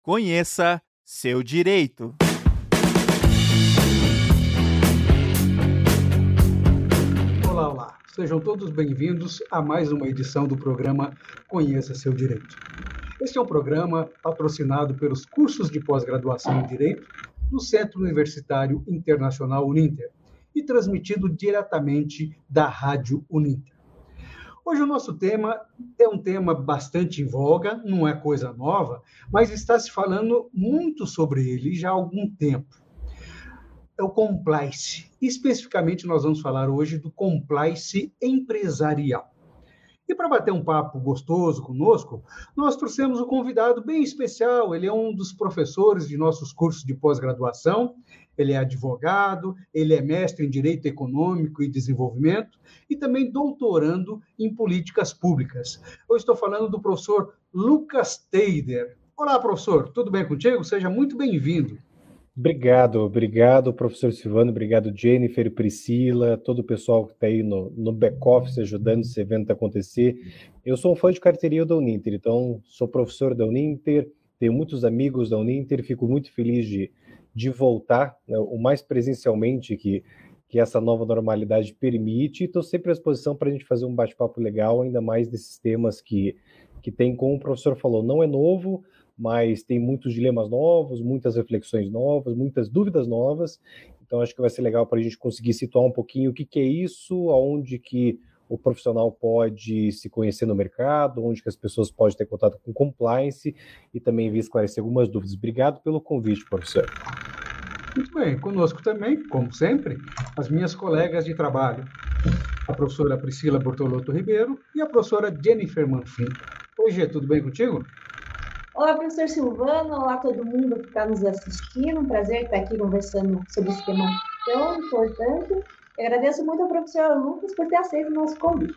Conheça seu direito. Olá, olá. Sejam todos bem-vindos a mais uma edição do programa Conheça seu Direito. Este é um programa patrocinado pelos cursos de pós-graduação em Direito do Centro Universitário Internacional Uninter e transmitido diretamente da Rádio Uninter. Hoje o nosso tema é um tema bastante em voga, não é coisa nova, mas está se falando muito sobre ele já há algum tempo. É o compliance. Especificamente, nós vamos falar hoje do compliance empresarial. E para bater um papo gostoso conosco, nós trouxemos um convidado bem especial. Ele é um dos professores de nossos cursos de pós-graduação, ele é advogado, ele é mestre em Direito Econômico e Desenvolvimento e também doutorando em Políticas Públicas. Eu estou falando do professor Lucas Teider. Olá, professor, tudo bem contigo? Seja muito bem-vindo. Obrigado, professor Silvano, obrigado, Jennifer, Priscila, todo o pessoal que está aí no back-office ajudando esse evento a acontecer. Eu sou um fã de carteirinha da Uninter, então sou professor da Uninter, tenho muitos amigos da Uninter, fico muito feliz de voltar, né, o mais presencialmente que essa nova normalidade permite, e estou sempre à disposição para a gente fazer um bate-papo legal, ainda mais desses temas que tem, como o professor falou, não é novo, mas tem muitos dilemas novos, muitas reflexões novas, muitas dúvidas novas, então acho que vai ser legal para a gente conseguir situar um pouquinho o que é isso, aonde que o profissional pode se conhecer no mercado, onde que as pessoas podem ter contato com compliance e também vir esclarecer algumas dúvidas. Obrigado pelo convite, professor. Muito bem, conosco também, como sempre, as minhas colegas de trabalho, a professora Priscila Bortolotto Ribeiro e a professora Jennifer Manfrim. Oi, Gê, tudo bem contigo? Olá, professor Silvano, olá todo mundo que está nos assistindo, um prazer estar aqui conversando sobre esse tema tão importante. Eu agradeço muito ao professor Lucas por ter aceito o nosso convite.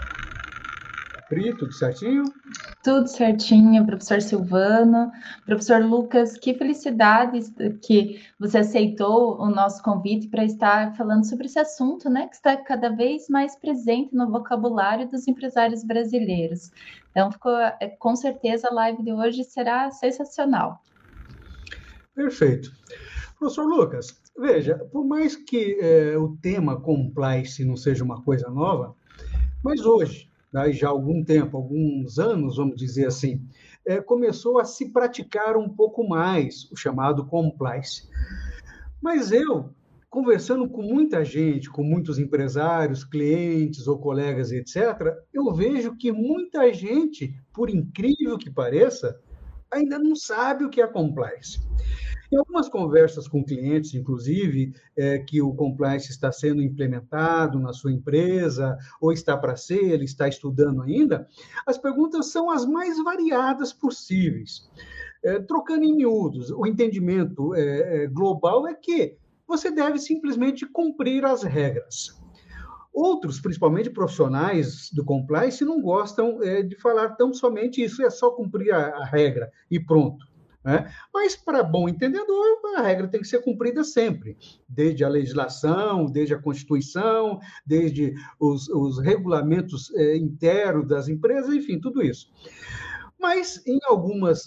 Pri, tudo certinho? Tudo certinho, professor Silvano. Professor Lucas, que felicidade que você aceitou o nosso convite para estar falando sobre esse assunto, né, que está cada vez mais presente no vocabulário dos empresários brasileiros. Então, com certeza a live de hoje será sensacional. Perfeito. Professor Lucas, veja, por mais que o tema compliance não seja uma coisa nova, mas hoje, já há algum tempo, alguns anos, vamos dizer assim, começou a se praticar um pouco mais o chamado compliance. Mas eu, conversando com muita gente, com muitos empresários, clientes ou colegas, etc., eu vejo que muita gente, por incrível que pareça, ainda não sabe o que é compliance. Em algumas conversas com clientes, inclusive, que o compliance está sendo implementado na sua empresa, ou está para ser, ele está estudando ainda, as perguntas são as mais variadas possíveis. Trocando em miúdos, o entendimento global é que você deve simplesmente cumprir as regras. Outros, principalmente profissionais do compliance, não gostam de falar tão somente isso, é só cumprir a regra e pronto. Mas, para bom entendedor, a regra tem que ser cumprida sempre, desde a legislação, desde a Constituição, desde os regulamentos internos das empresas, enfim, tudo isso. Mas, em algumas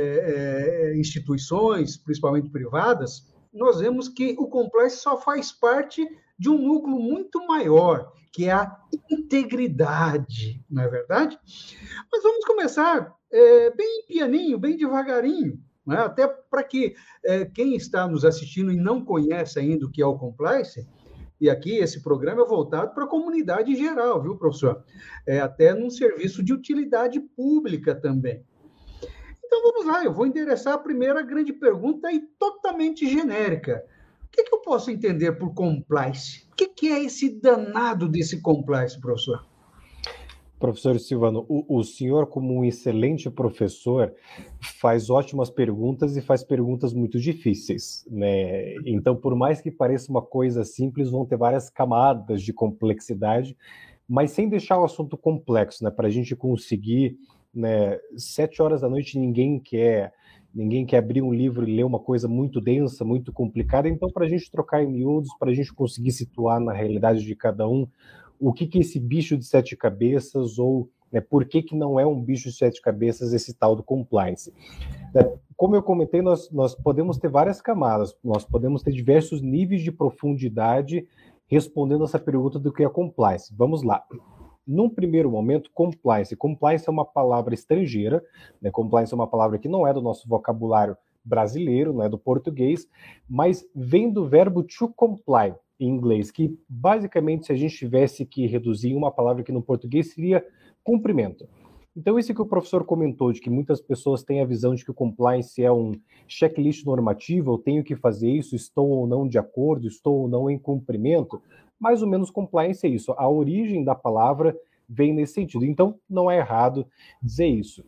instituições, principalmente privadas, nós vemos que o compliance só faz parte de um núcleo muito maior, que é a integridade, não é verdade? Mas vamos começar bem pianinho, bem devagarinho, né? Até para que quem está nos assistindo e não conhece ainda o que é o compliance, e aqui esse programa é voltado para a comunidade em geral, viu, professor? Até num serviço de utilidade pública também. Então vamos lá, eu vou endereçar a primeira grande pergunta e totalmente genérica. O que eu posso entender por compliance? O que é esse danado desse compliance, professor? Professor Silvano, o senhor, como um excelente professor, faz ótimas perguntas e faz perguntas muito difíceis, né? Então, por mais que pareça uma coisa simples, vão ter várias camadas de complexidade, mas sem deixar o assunto complexo, né? Para a gente conseguir, né? 7 horas da noite ninguém quer abrir um livro e ler uma coisa muito densa, muito complicada. Então, para a gente trocar em miúdos, para a gente conseguir situar na realidade de cada um, o que é esse bicho de 7 cabeças, ou né? Por que não é um bicho de 7 cabeças esse tal do compliance? Como eu comentei, nós podemos ter várias camadas, nós podemos ter diversos níveis de profundidade respondendo essa pergunta do que é compliance. Vamos lá. Num primeiro momento, compliance. Compliance é uma palavra estrangeira, né? Compliance é uma palavra que não é do nosso vocabulário brasileiro, não é do português, mas vem do verbo to comply, em inglês, que basicamente, se a gente tivesse que reduzir em uma palavra que no português seria cumprimento. Então, isso que o professor comentou, de que muitas pessoas têm a visão de que o compliance é um checklist normativo, eu tenho que fazer isso, estou ou não de acordo, estou ou não em cumprimento, mais ou menos compliance é isso. A origem da palavra vem nesse sentido. Então, não é errado dizer isso.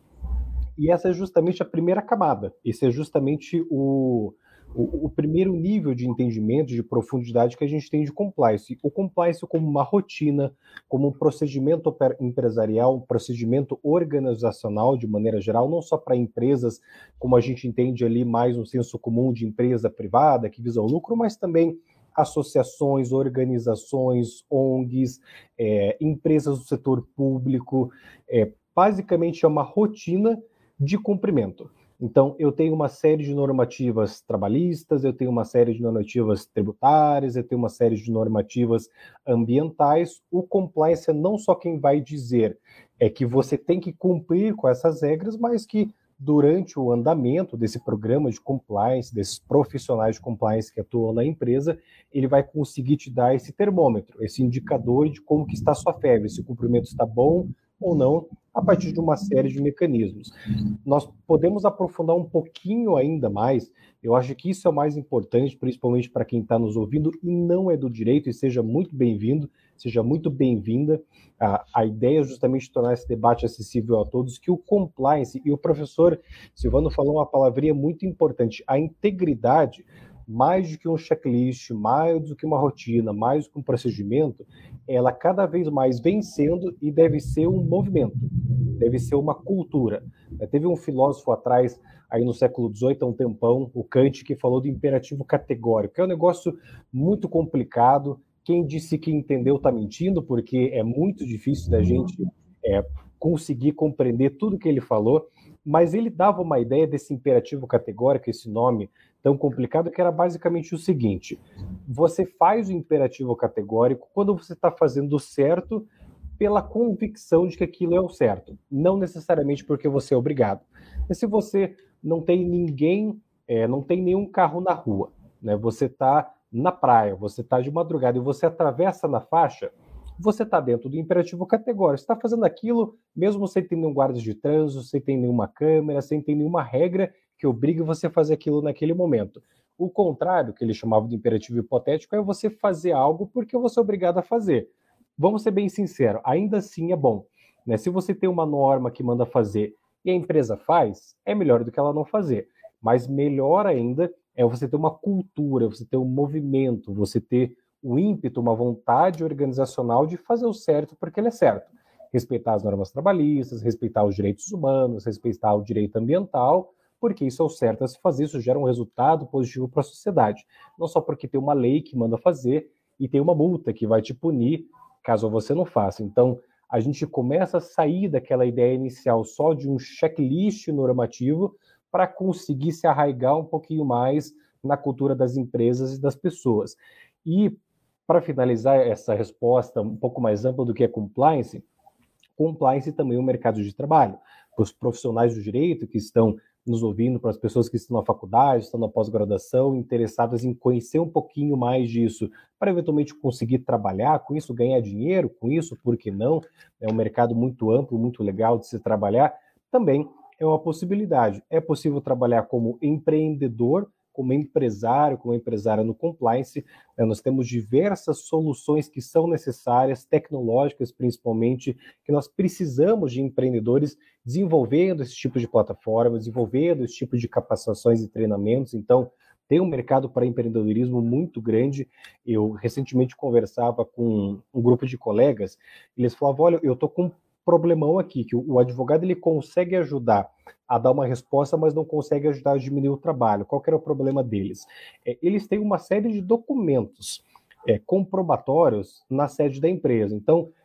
E essa é justamente a primeira camada. Esse é justamente o primeiro nível de entendimento, de profundidade que a gente tem de compliance. O compliance como uma rotina, como um procedimento empresarial, um procedimento organizacional de maneira geral, não só para empresas, como a gente entende ali mais um senso comum de empresa privada que visa o lucro, mas também associações, organizações, ONGs, empresas do setor público. Basicamente é uma rotina de cumprimento. Então, eu tenho uma série de normativas trabalhistas, eu tenho uma série de normativas tributárias, eu tenho uma série de normativas ambientais. O compliance é não só quem vai dizer que você tem que cumprir com essas regras, mas que durante o andamento desse programa de compliance, desses profissionais de compliance que atuam na empresa, ele vai conseguir te dar esse termômetro, esse indicador de como que está a sua febre, se o cumprimento está bom ou não, a partir de uma série de mecanismos. Nós podemos aprofundar um pouquinho ainda mais, eu acho que isso é o mais importante, principalmente para quem está nos ouvindo e não é do direito, e seja muito bem-vindo, seja muito bem-vinda. A ideia é justamente tornar esse debate acessível a todos, que o compliance, e o professor Silvano falou uma palavrinha muito importante, a integridade, mais do que um checklist, mais do que uma rotina, mais do que um procedimento, ela cada vez mais vem sendo e deve ser um movimento, deve ser uma cultura. Teve um filósofo atrás, aí no século XVIII, há um tempão, o Kant, que falou do imperativo categórico, que é um negócio muito complicado. Quem disse que entendeu está mentindo, porque é muito difícil da gente conseguir compreender tudo que ele falou, mas ele dava uma ideia desse imperativo categórico, esse nome tão complicado, que era basicamente o seguinte: você faz o imperativo categórico quando você está fazendo certo pela convicção de que aquilo é o certo, não necessariamente porque você é obrigado. Mas se você não tem ninguém, não tem nenhum carro na rua, né? Você está na praia, você está de madrugada e você atravessa na faixa, você está dentro do imperativo categórico. Você está fazendo aquilo mesmo sem ter nenhum guarda de trânsito, sem ter nenhuma câmera, sem ter nenhuma regra que obrigue você a fazer aquilo naquele momento. O contrário, que ele chamava de imperativo hipotético, é você fazer algo porque você é obrigado a fazer. Vamos ser bem sinceros, ainda assim é bom, né? Se você tem uma norma que manda fazer e a empresa faz, é melhor do que ela não fazer. Mas melhor ainda é você ter uma cultura, você ter um movimento, você ter o ímpeto, uma vontade organizacional de fazer o certo porque ele é certo. Respeitar as normas trabalhistas, respeitar os direitos humanos, respeitar o direito ambiental, porque isso é o certo a se fazer, isso gera um resultado positivo para a sociedade. Não só porque tem uma lei que manda fazer e tem uma multa que vai te punir caso você não faça. Então, a gente começa a sair daquela ideia inicial só de um checklist normativo para conseguir se arraigar um pouquinho mais na cultura das empresas e das pessoas. E, para finalizar essa resposta um pouco mais ampla do que é compliance, compliance também é um mercado de trabalho. Para os profissionais do direito que estão nos ouvindo, para as pessoas que estão na faculdade, estão na pós-graduação, interessadas em conhecer um pouquinho mais disso, para eventualmente conseguir trabalhar com isso, ganhar dinheiro com isso, por que não? É um mercado muito amplo, muito legal de se trabalhar, também é uma possibilidade. É possível trabalhar como empreendedor, como empresário, como empresária no compliance. Nós temos diversas soluções que são necessárias, tecnológicas principalmente, que nós precisamos de empreendedores desenvolvendo esse tipo de plataforma, desenvolvendo esse tipo de capacitações e treinamentos. Então, tem um mercado para empreendedorismo muito grande. Eu recentemente conversava com um grupo de colegas, e eles falavam, olha, eu estou com um problemão aqui, que o advogado ele consegue ajudar a dar uma resposta, mas não consegue ajudar a diminuir o trabalho. Qual que era o problema deles? Eles têm uma série de documentos comprobatórios na sede da empresa. Então,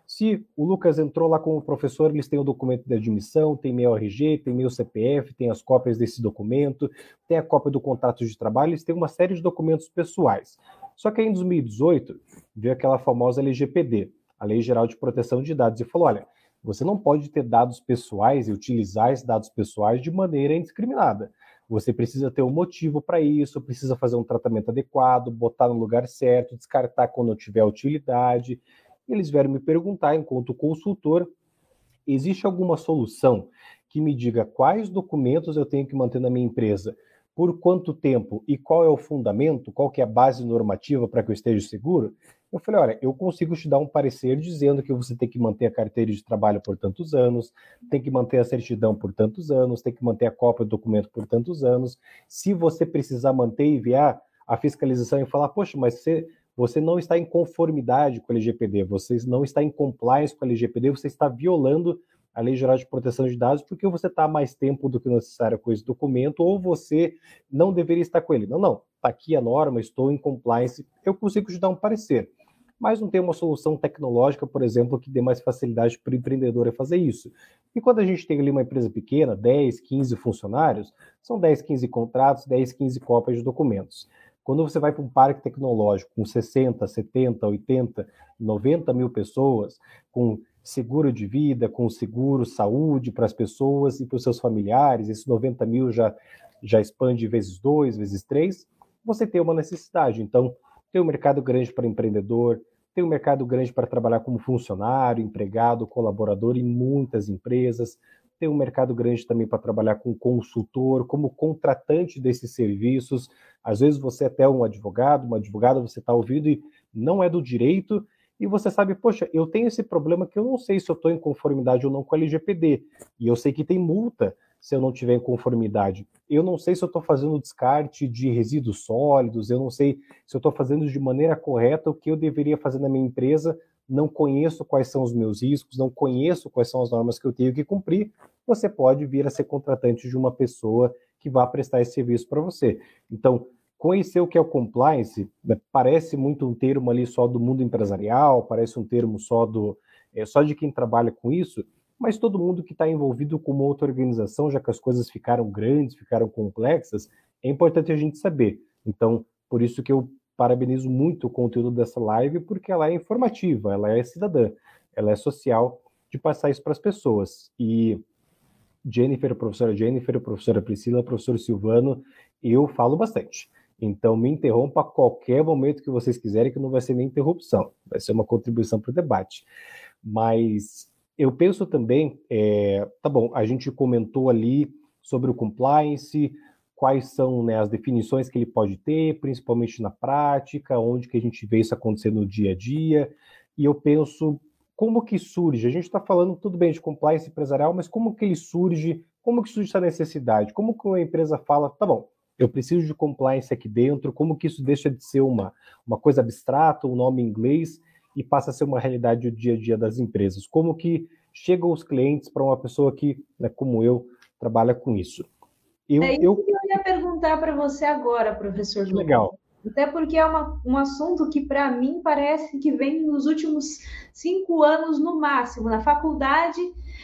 Se o Lucas entrou lá como professor, eles têm o documento de admissão, tem meu RG, tem meu CPF, tem as cópias desse documento, tem a cópia do contrato de trabalho, eles têm uma série de documentos pessoais. Só que aí em 2018, veio aquela famosa LGPD, a Lei Geral de Proteção de Dados, e falou, olha, você não pode ter dados pessoais e utilizar esses dados pessoais de maneira indiscriminada. Você precisa ter um motivo para isso, precisa fazer um tratamento adequado, botar no lugar certo, descartar quando tiver utilidade. Eles vieram me perguntar, enquanto consultor, existe alguma solução que me diga quais documentos eu tenho que manter na minha empresa, por quanto tempo e qual é o fundamento, qual que é a base normativa para que eu esteja seguro? Eu falei, olha, eu consigo te dar um parecer dizendo que você tem que manter a carteira de trabalho por tantos anos, tem que manter a certidão por tantos anos, tem que manter a cópia do documento por tantos anos. Se você precisar manter e enviar a fiscalização e falar, poxa, mas você não está em conformidade com a LGPD, você não está em compliance com a LGPD, você está violando a Lei Geral de Proteção de Dados porque você está há mais tempo do que necessário com esse documento ou você não deveria estar com ele. Não, está aqui a norma, estou em compliance, eu consigo te dar um parecer. Mas não tem uma solução tecnológica, por exemplo, que dê mais facilidade para o empreendedor a fazer isso. E quando a gente tem ali uma empresa pequena, 10, 15 funcionários, são 10, 15 contratos, 10, 15 cópias de documentos. Quando você vai para um parque tecnológico com 60, 70, 80, 90 mil pessoas, com seguro de vida, com seguro saúde para as pessoas e para os seus familiares, esses 90 mil já expande vezes 2, vezes 3, você tem uma necessidade. Então, tem um mercado grande para empreendedor, tem um mercado grande para trabalhar como funcionário, empregado, colaborador em muitas empresas, tem um mercado grande também para trabalhar com consultor, como contratante desses serviços. Às vezes você é até uma advogada, você está ouvindo e não é do direito, e você sabe, poxa, eu tenho esse problema que eu não sei se eu estou em conformidade ou não com a LGPD, e eu sei que tem multa se eu não tiver em conformidade. Eu não sei se eu estou fazendo descarte de resíduos sólidos, eu não sei se eu estou fazendo de maneira correta o que eu deveria fazer na minha empresa, não conheço quais são os meus riscos, não conheço quais são as normas que eu tenho que cumprir, você pode vir a ser contratante de uma pessoa que vai prestar esse serviço para você. Então, conhecer o que é o compliance, parece muito um termo ali só do mundo empresarial, parece um termo só de quem trabalha com isso, mas todo mundo que está envolvido com uma outra organização, já que as coisas ficaram grandes, ficaram complexas, é importante a gente saber. Então, por isso que eu parabenizo muito o conteúdo dessa live, porque ela é informativa, ela é cidadã, ela é social, de passar isso para as pessoas. E professora Priscila, professor Silvano, eu falo bastante. Então, me interrompa a qualquer momento que vocês quiserem, que não vai ser nem interrupção, vai ser uma contribuição para o debate. Mas eu penso também, tá bom, a gente comentou ali sobre o compliance, quais são, né, as definições que ele pode ter, principalmente na prática, onde que a gente vê isso acontecer no dia a dia, e eu penso, como que surge? A gente está falando tudo bem de compliance empresarial, mas como que ele surge? Como que surge essa necessidade? Como que uma empresa fala, tá bom, eu preciso de compliance aqui dentro, como que isso deixa de ser uma coisa abstrata, um nome em inglês, e passa a ser uma realidade do dia a dia das empresas? Como que chegam os clientes para uma pessoa que, né, como eu, trabalha com isso? Isso que eu ia perguntar para você agora, professor Lucas. Legal. Até porque é um assunto que, para mim, parece que vem nos últimos 5 anos no máximo. Na faculdade,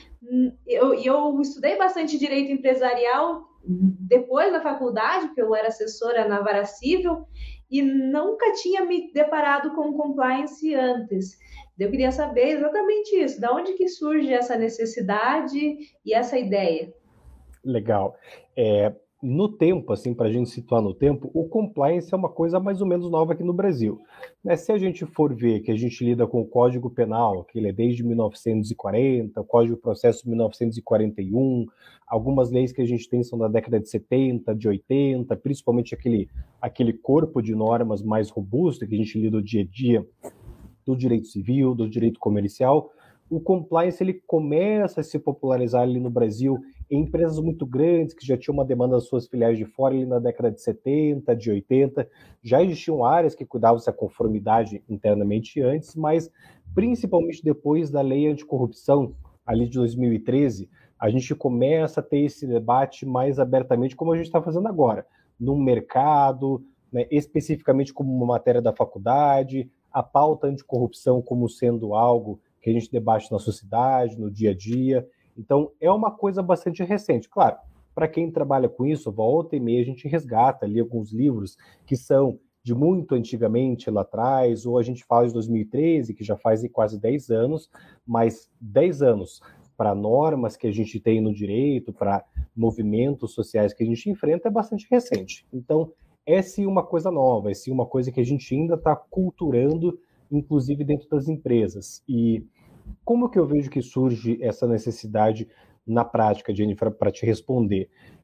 eu estudei bastante direito empresarial depois da faculdade, porque eu era assessora na Vara Civil, e nunca tinha me deparado com compliance antes. Eu queria saber exatamente isso, da onde que surge essa necessidade e essa ideia? Legal. No tempo, assim, para a gente situar no tempo, o compliance é uma coisa mais ou menos nova aqui no Brasil. Né? Se a gente for ver que a gente lida com o Código Penal, que ele é desde 1940, o Código de Processo de 1941, algumas leis que a gente tem são da década de 70, de 80, principalmente aquele corpo de normas mais robusto que a gente lida no dia a dia, do direito civil, do direito comercial. O compliance ele começa a se popularizar ali no Brasil em empresas muito grandes que já tinham uma demanda das suas filiais de fora ali na década de 70, de 80. Já existiam áreas que cuidavam dessa conformidade internamente antes, mas principalmente depois da lei anticorrupção, ali de 2013, a gente começa a ter esse debate mais abertamente, como a gente está fazendo agora, no mercado, né, especificamente como uma matéria da faculdade, a pauta anticorrupção como sendo algo que a gente debate na sociedade, no dia a dia. Então, é uma coisa bastante recente. Claro, para quem trabalha com isso, volta e meia a gente resgata ali alguns livros que são de muito antigamente lá atrás, ou a gente fala de 2013, que já faz quase 10 anos, mas 10 anos para normas que a gente tem no direito, para movimentos sociais que a gente enfrenta, é bastante recente. Então, é sim uma coisa nova, é sim uma coisa que a gente ainda está culturando, inclusive dentro das empresas. E como que eu vejo que surge essa necessidade na prática, Jennifer, para te responder?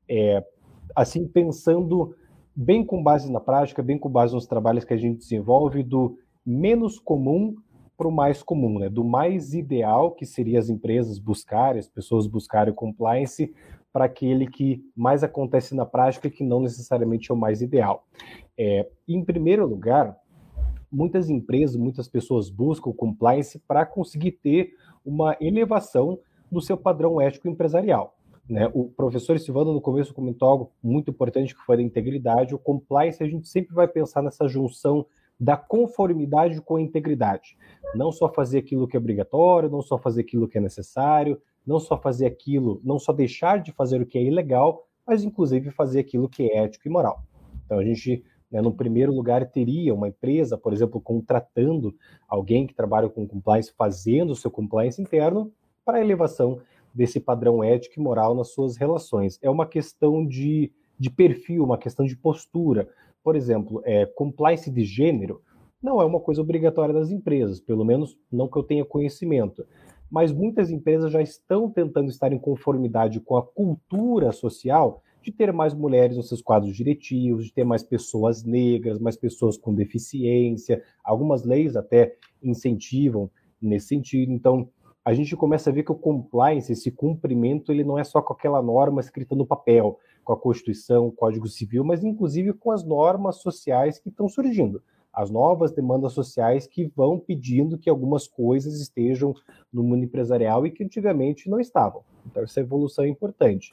Assim, pensando bem com base na prática, bem com base nos trabalhos que a gente desenvolve, do menos comum para o mais comum, né? Do mais ideal, que seria as empresas buscarem, as pessoas buscarem o compliance, para aquele que mais acontece na prática e que não necessariamente é o mais ideal. Em primeiro lugar, muitas empresas, muitas pessoas buscam o compliance para conseguir ter uma elevação no seu padrão ético empresarial, né? O professor Silvano, no começo, comentou algo muito importante, que foi da integridade. O compliance, a gente sempre vai pensar nessa junção da conformidade com a integridade. Não só fazer aquilo que é obrigatório, não só fazer aquilo que é necessário, não só fazer aquilo, não só deixar de fazer o que é ilegal, mas inclusive fazer aquilo que é ético e moral. Então a gente, né, no primeiro lugar, teria uma empresa, por exemplo, contratando alguém que trabalha com compliance, fazendo o seu compliance interno para a elevação desse padrão ético e moral nas suas relações. É uma questão de perfil, uma questão de postura. Por exemplo, compliance de gênero não é uma coisa obrigatória das empresas, pelo menos não que eu tenha conhecimento. Mas muitas empresas já estão tentando estar em conformidade com a cultura social de ter mais mulheres nos seus quadros diretivos, de ter mais pessoas negras, mais pessoas com deficiência. Algumas leis até incentivam nesse sentido. Então, a gente começa a ver que o compliance, esse cumprimento, ele não é só com aquela norma escrita no papel, com a Constituição, o Código Civil, mas inclusive com as normas sociais que estão surgindo. As novas demandas sociais que vão pedindo que algumas coisas estejam no mundo empresarial e que antigamente não estavam. Então, essa evolução é importante.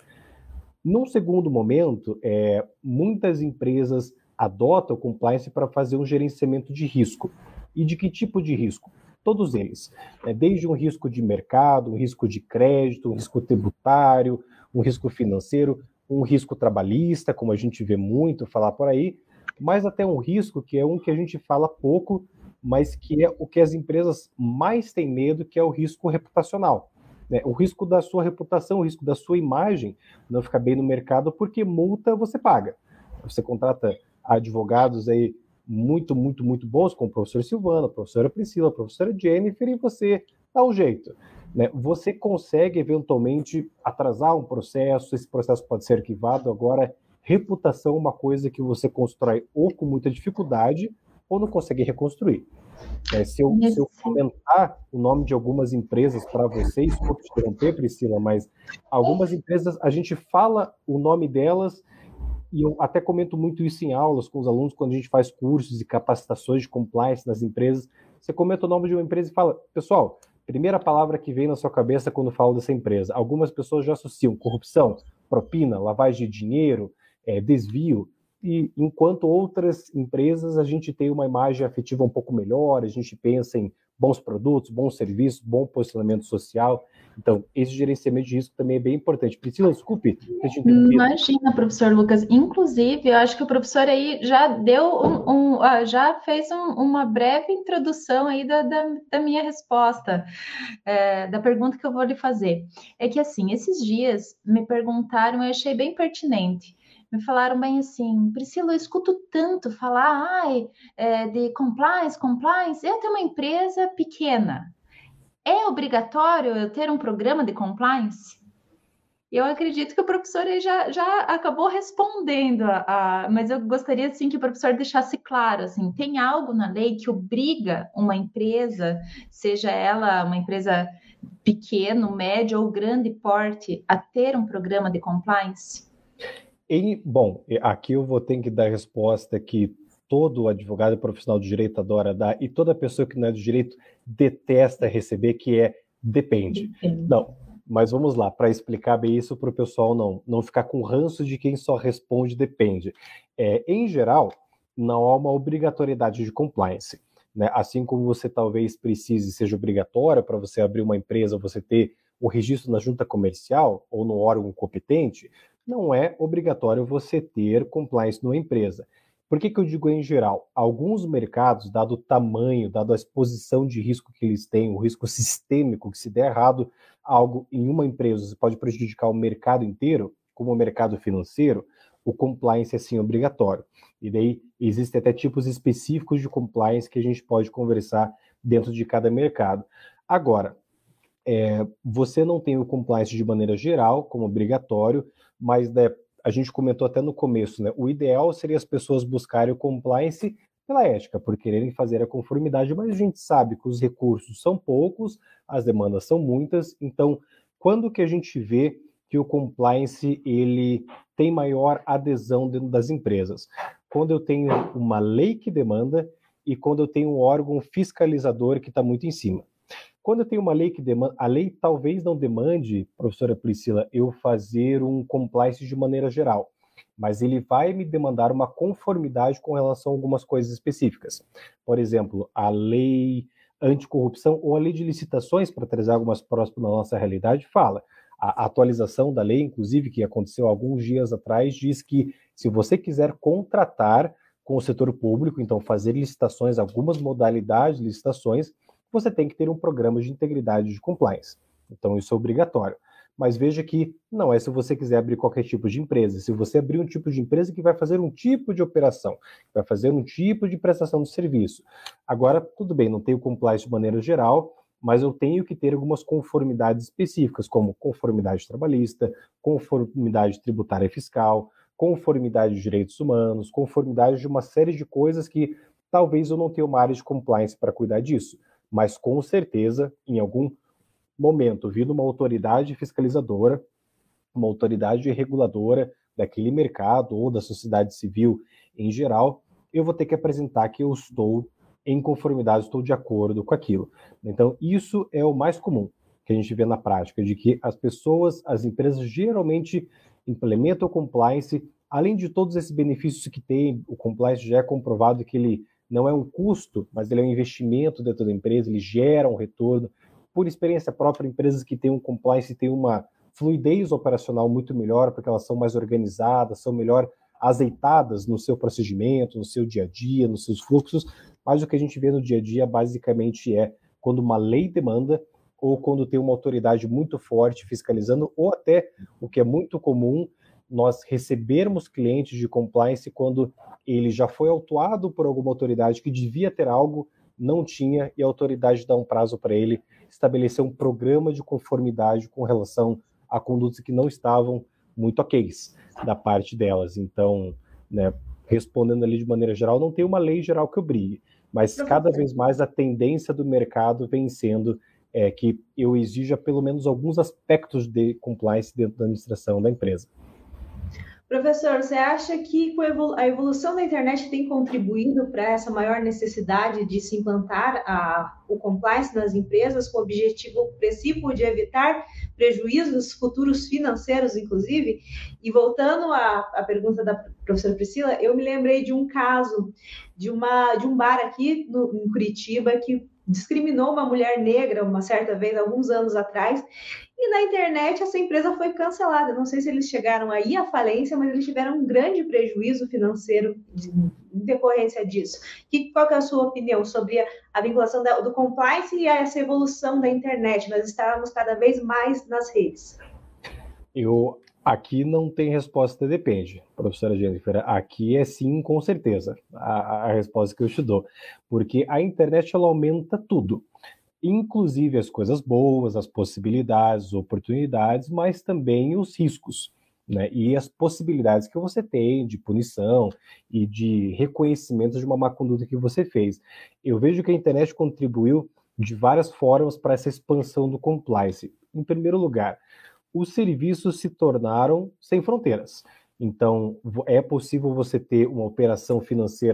Num segundo momento, muitas empresas adotam o compliance para fazer um gerenciamento de risco. E de que tipo de risco? Todos eles. Desde um risco de mercado, um risco de crédito, um risco tributário, um risco financeiro, um risco trabalhista, como a gente vê muito falar por aí, mas até um risco que é um que a gente fala pouco, mas que é o que as empresas mais têm medo, que é o risco reputacional. O risco da sua reputação, o risco da sua imagem não ficar bem no mercado, porque multa você paga. Você contrata advogados aí muito, muito, muito bons, como o professor Silvano, a professora Priscila, a professora Jennifer, e você dá um jeito. Você consegue, eventualmente, atrasar um processo, esse processo pode ser arquivado. Agora, reputação é uma coisa que você constrói ou com muita dificuldade ou não consegue reconstruir. Se eu comentar o nome de algumas empresas para vocês, desculpa te interromper, Priscila, mas algumas empresas, a gente fala o nome delas, e eu até comento muito isso em aulas com os alunos, quando a gente faz cursos e capacitações de compliance nas empresas. Você comenta o nome de uma empresa e fala, pessoal, primeira palavra que vem na sua cabeça quando falo dessa empresa. Algumas pessoas já associam corrupção, propina, lavagem de dinheiro, desvio, e enquanto outras empresas a gente tem uma imagem afetiva um pouco melhor, a gente pensa em bons produtos, bons serviços, bom posicionamento social. Então, esse gerenciamento de risco também é bem importante. Priscila, desculpe ter te interrompido. Imagina, professor Lucas. Inclusive, eu acho que o professor aí já deu já fez uma breve introdução aí da minha resposta, da pergunta que eu vou lhe fazer. É que, assim, esses dias me perguntaram, eu achei bem pertinente. Me falaram bem assim, Priscila, eu escuto tanto falar de compliance. Eu tenho uma empresa pequena. É obrigatório eu ter um programa de compliance? Eu acredito que o professor aí já acabou respondendo, mas eu gostaria assim, que o professor deixasse claro, assim, tem algo na lei que obriga uma empresa, seja ela uma empresa pequeno, médio ou grande porte, a ter um programa de compliance? Bom, aqui eu vou ter que dar a resposta que todo advogado e profissional de direito adora dar, e toda pessoa que não é do direito detesta receber, que é depende. Não, mas vamos lá, para explicar bem isso, para o pessoal não ficar com ranço de quem só responde depende. Em geral, não há uma obrigatoriedade de compliance. né? Assim como você talvez precise, seja obrigatório para você abrir uma empresa, você ter o registro na junta comercial ou no órgão competente, não é obrigatório você ter compliance numa empresa. Por que eu digo em geral? Alguns mercados, dado o tamanho, dado a exposição de risco que eles têm, o risco sistêmico, que se der errado algo em uma empresa, você pode prejudicar o mercado inteiro, como o mercado financeiro, o compliance é sim obrigatório. E daí existem até tipos específicos de compliance que a gente pode conversar dentro de cada mercado. Agora, você não tem o compliance de maneira geral, como obrigatório, mas a gente comentou até no começo, né? O ideal seria as pessoas buscarem o compliance pela ética, por quererem fazer a conformidade, mas a gente sabe que os recursos são poucos, as demandas são muitas, então quando que a gente vê que o compliance ele tem maior adesão dentro das empresas? Quando eu tenho uma lei que demanda e quando eu tenho um órgão fiscalizador que está muito em cima. Quando eu tenho uma lei que demanda, a lei talvez não demande, professora Priscila, eu fazer um compliance de maneira geral, mas ele vai me demandar uma conformidade com relação a algumas coisas específicas. Por exemplo, a lei anticorrupção ou a lei de licitações, para trazer algumas próximas na nossa realidade, fala. A atualização da lei, inclusive, que aconteceu alguns dias atrás, diz que se você quiser contratar com o setor público, então fazer licitações, algumas modalidades de licitações, você tem que ter um programa de integridade de compliance. Então, isso é obrigatório. Mas veja que não é se você quiser abrir qualquer tipo de empresa. Se você abrir um tipo de empresa que vai fazer um tipo de operação, vai fazer um tipo de prestação de serviço. Agora, tudo bem, não tenho compliance de maneira geral, mas eu tenho que ter algumas conformidades específicas, como conformidade trabalhista, conformidade tributária e fiscal, conformidade de direitos humanos, conformidade de uma série de coisas que talvez eu não tenha uma área de compliance para cuidar disso. Mas com certeza, em algum momento, vindo uma autoridade fiscalizadora, uma autoridade reguladora daquele mercado ou da sociedade civil em geral, eu vou ter que apresentar que eu estou em conformidade, estou de acordo com aquilo. Então, isso é o mais comum que a gente vê na prática, de que as pessoas, as empresas geralmente implementam o compliance, além de todos esses benefícios que tem, o compliance já é comprovado que ele não é um custo, mas ele é um investimento dentro da empresa, ele gera um retorno. Por experiência própria, empresas que têm um compliance têm uma fluidez operacional muito melhor, porque elas são mais organizadas, são melhor azeitadas no seu procedimento, no seu dia a dia, nos seus fluxos, mas o que a gente vê no dia a dia basicamente é quando uma lei demanda ou quando tem uma autoridade muito forte fiscalizando, ou até, o que é muito comum, nós recebermos clientes de compliance quando ele já foi autuado por alguma autoridade que devia ter algo, não tinha, e a autoridade dá um prazo para ele estabelecer um programa de conformidade com relação a condutas que não estavam muito ok da parte delas. Então, né, respondendo ali de maneira geral, não tem uma lei geral que obrigue, mas cada vez mais a tendência do mercado vem sendo que eu exija pelo menos alguns aspectos de compliance dentro da administração da empresa. Professor, você acha que a evolução da internet tem contribuído para essa maior necessidade de se implantar o compliance nas empresas com o objetivo principal de evitar prejuízos futuros financeiros, inclusive? E voltando à pergunta da professora Priscila, eu me lembrei de um caso de um bar aqui em Curitiba que discriminou uma mulher negra uma certa vez, alguns anos atrás, e na internet essa empresa foi cancelada. Não sei se eles chegaram aí à falência, mas eles tiveram um grande prejuízo financeiro em decorrência disso. Qual que é a sua opinião sobre a vinculação do compliance e essa evolução da internet? Nós estávamos cada vez mais nas redes. Aqui não tem resposta, depende, professora Jennifer. Aqui é sim, com certeza, a resposta que eu te dou. Porque a internet, ela aumenta tudo. Inclusive as coisas boas, as possibilidades, as oportunidades, mas também os riscos, né? E as possibilidades que você tem de punição e de reconhecimento de uma má conduta que você fez. Eu vejo que a internet contribuiu de várias formas para essa expansão do compliance. Em primeiro lugar, os serviços se tornaram sem fronteiras. Então, é possível você ter uma operação financeira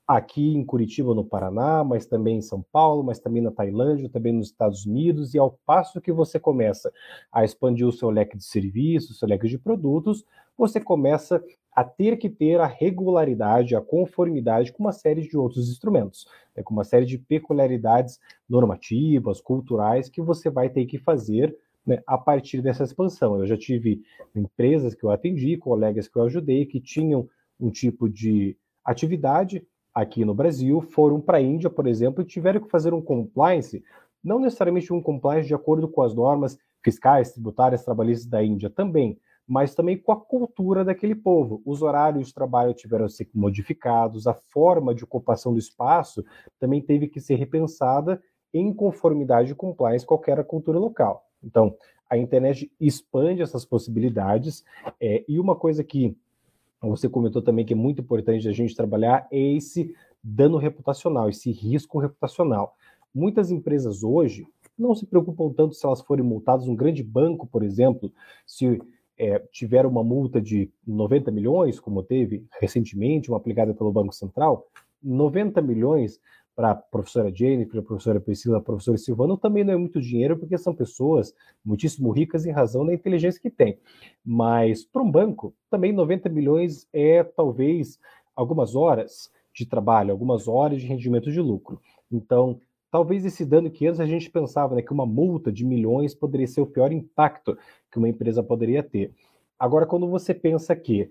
aqui em Curitiba, no Paraná, mas também em São Paulo, mas também na Tailândia, também nos Estados Unidos, e ao passo que você começa a expandir o seu leque de serviços, o seu leque de produtos, você começa a ter que ter a regularidade, a conformidade com uma série de outros instrumentos, né, com uma série de peculiaridades normativas, culturais, que você vai ter que fazer, né, a partir dessa expansão. Eu já tive empresas que eu atendi, colegas que eu ajudei, que tinham um tipo de atividade aqui no Brasil, foram para a Índia, por exemplo, e tiveram que fazer um compliance, não necessariamente um compliance de acordo com as normas fiscais, tributárias, trabalhistas da Índia também, mas também com a cultura daquele povo. Os horários de trabalho tiveram que ser modificados, a forma de ocupação do espaço também teve que ser repensada em conformidade com compliance com qualquer cultura local. Então, a internet expande essas possibilidades, e uma coisa que você comentou também que é muito importante a gente trabalhar é esse dano reputacional, esse risco reputacional. Muitas empresas hoje não se preocupam tanto se elas forem multadas. Um grande banco, por exemplo, se tiver uma multa de 90 milhões, como teve recentemente, uma aplicada pelo Banco Central, 90 milhões para a professora Jennifer, para a professora Priscila, para a professora Silvana, também não é muito dinheiro, porque são pessoas muitíssimo ricas em razão da inteligência que têm. Mas, para um banco, também 90 milhões é, talvez, algumas horas de trabalho, algumas horas de rendimento de lucro. Então, talvez esse dano que antes a gente pensava, né, que uma multa de milhões poderia ser o pior impacto que uma empresa poderia ter. Agora, quando você pensa que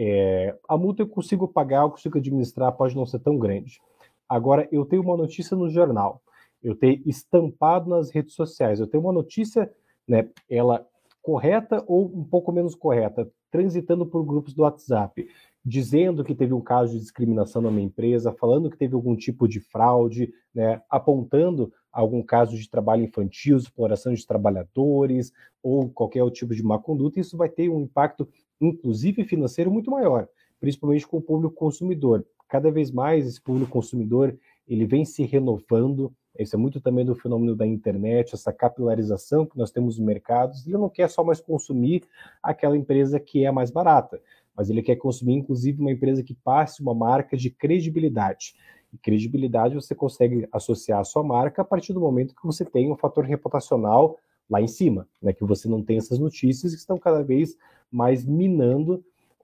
a multa eu consigo pagar, eu consigo administrar, pode não ser tão grande. Agora, eu tenho uma notícia no jornal, eu tenho estampado nas redes sociais, eu tenho uma notícia, né, ela correta ou um pouco menos correta, transitando por grupos do WhatsApp, dizendo que teve um caso de discriminação na minha empresa, falando que teve algum tipo de fraude, né, apontando algum caso de trabalho infantil, exploração de trabalhadores ou qualquer outro tipo de má conduta. Isso vai ter um impacto, inclusive financeiro, muito maior, principalmente com o público consumidor. Cada vez mais esse público consumidor ele vem se renovando. Isso é muito também do fenômeno da internet, essa capilarização que nós temos nos mercados. Ele não quer só mais consumir aquela empresa que é mais barata, mas ele quer consumir, inclusive, uma empresa que passe uma marca de credibilidade. E credibilidade você consegue associar a sua marca a partir do momento que você tem um fator reputacional lá em cima, né? Que você não tem essas notícias que estão cada vez mais minando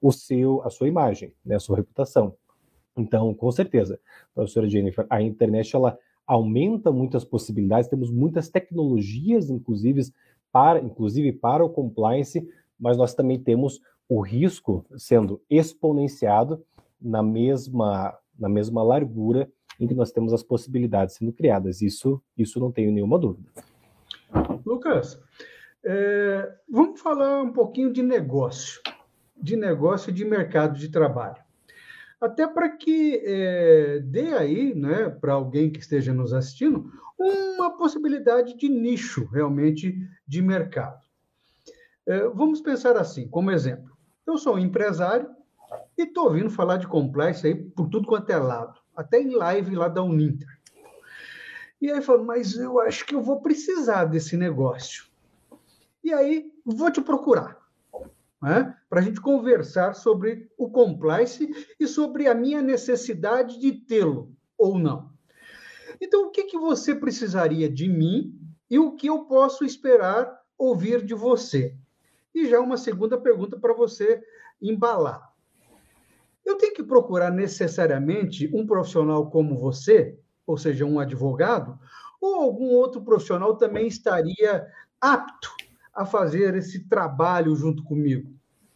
a sua imagem, né? A sua reputação. Então, com certeza, professora Jennifer, a internet ela aumenta muitas possibilidades, temos muitas tecnologias, inclusive para o compliance, mas nós também temos o risco sendo exponenciado na mesma largura em que nós temos as possibilidades sendo criadas. Isso não tenho nenhuma dúvida. Lucas, vamos falar um pouquinho de negócio e de mercado de trabalho. Até para que dê aí, né, para alguém que esteja nos assistindo, uma possibilidade de nicho realmente de mercado. Vamos pensar assim, como exemplo. Eu sou um empresário e estou ouvindo falar de compliance aí por tudo quanto é lado, até em live lá da Uninter. E aí eu falo, mas eu acho que eu vou precisar desse negócio. E aí vou te procurar, né, para a gente conversar sobre o compliance e sobre a minha necessidade de tê-lo ou não. Então, o que você precisaria de mim e o que eu posso esperar ouvir de você? E já uma segunda pergunta para você embalar. Eu tenho que procurar necessariamente um profissional como você, ou seja, um advogado, ou algum outro profissional também estaria apto a fazer esse trabalho junto comigo?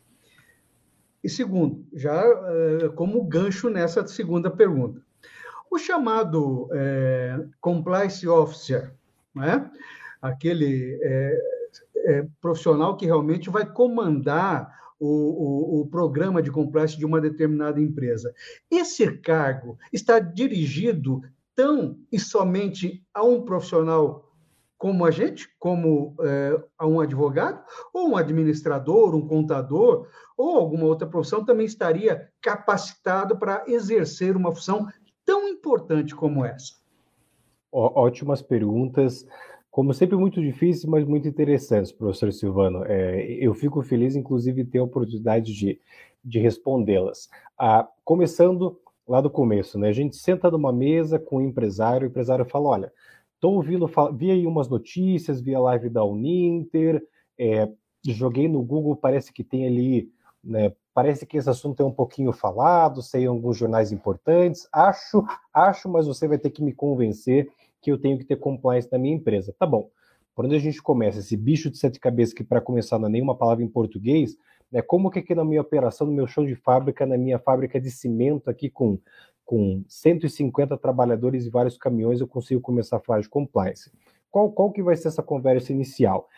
E segundo, já como gancho nessa segunda pergunta, o chamado compliance officer, né? Aquele profissional que realmente vai comandar o programa de compliance de uma determinada empresa. Esse cargo está dirigido tão e somente a um profissional como a gente, como a um advogado, ou um administrador, um contador, ou alguma outra profissão também estaria capacitado para exercer uma função tão importante como essa? Ótimas perguntas, como sempre muito difíceis, mas muito interessantes, professor Silvano. Eu fico feliz, inclusive, de ter a oportunidade de respondê-las. Começando lá do começo, né? A gente senta numa mesa com o empresário fala, olha, tô ouvindo, vi aí umas notícias, vi a live da Uninter, joguei no Google, parece que tem ali, né? Parece que esse assunto é um pouquinho falado, sei em alguns jornais importantes, acho, mas você vai ter que me convencer que eu tenho que ter compliance na minha empresa. Tá bom. Por onde a gente começa? Esse bicho de sete cabeças que, para começar, não é nenhuma palavra em português, né? Como que aqui na minha operação, no meu chão de fábrica, na minha fábrica de cimento aqui com 150 trabalhadores e vários caminhões, eu consigo começar a falar de compliance? Qual que vai ser essa conversa inicial?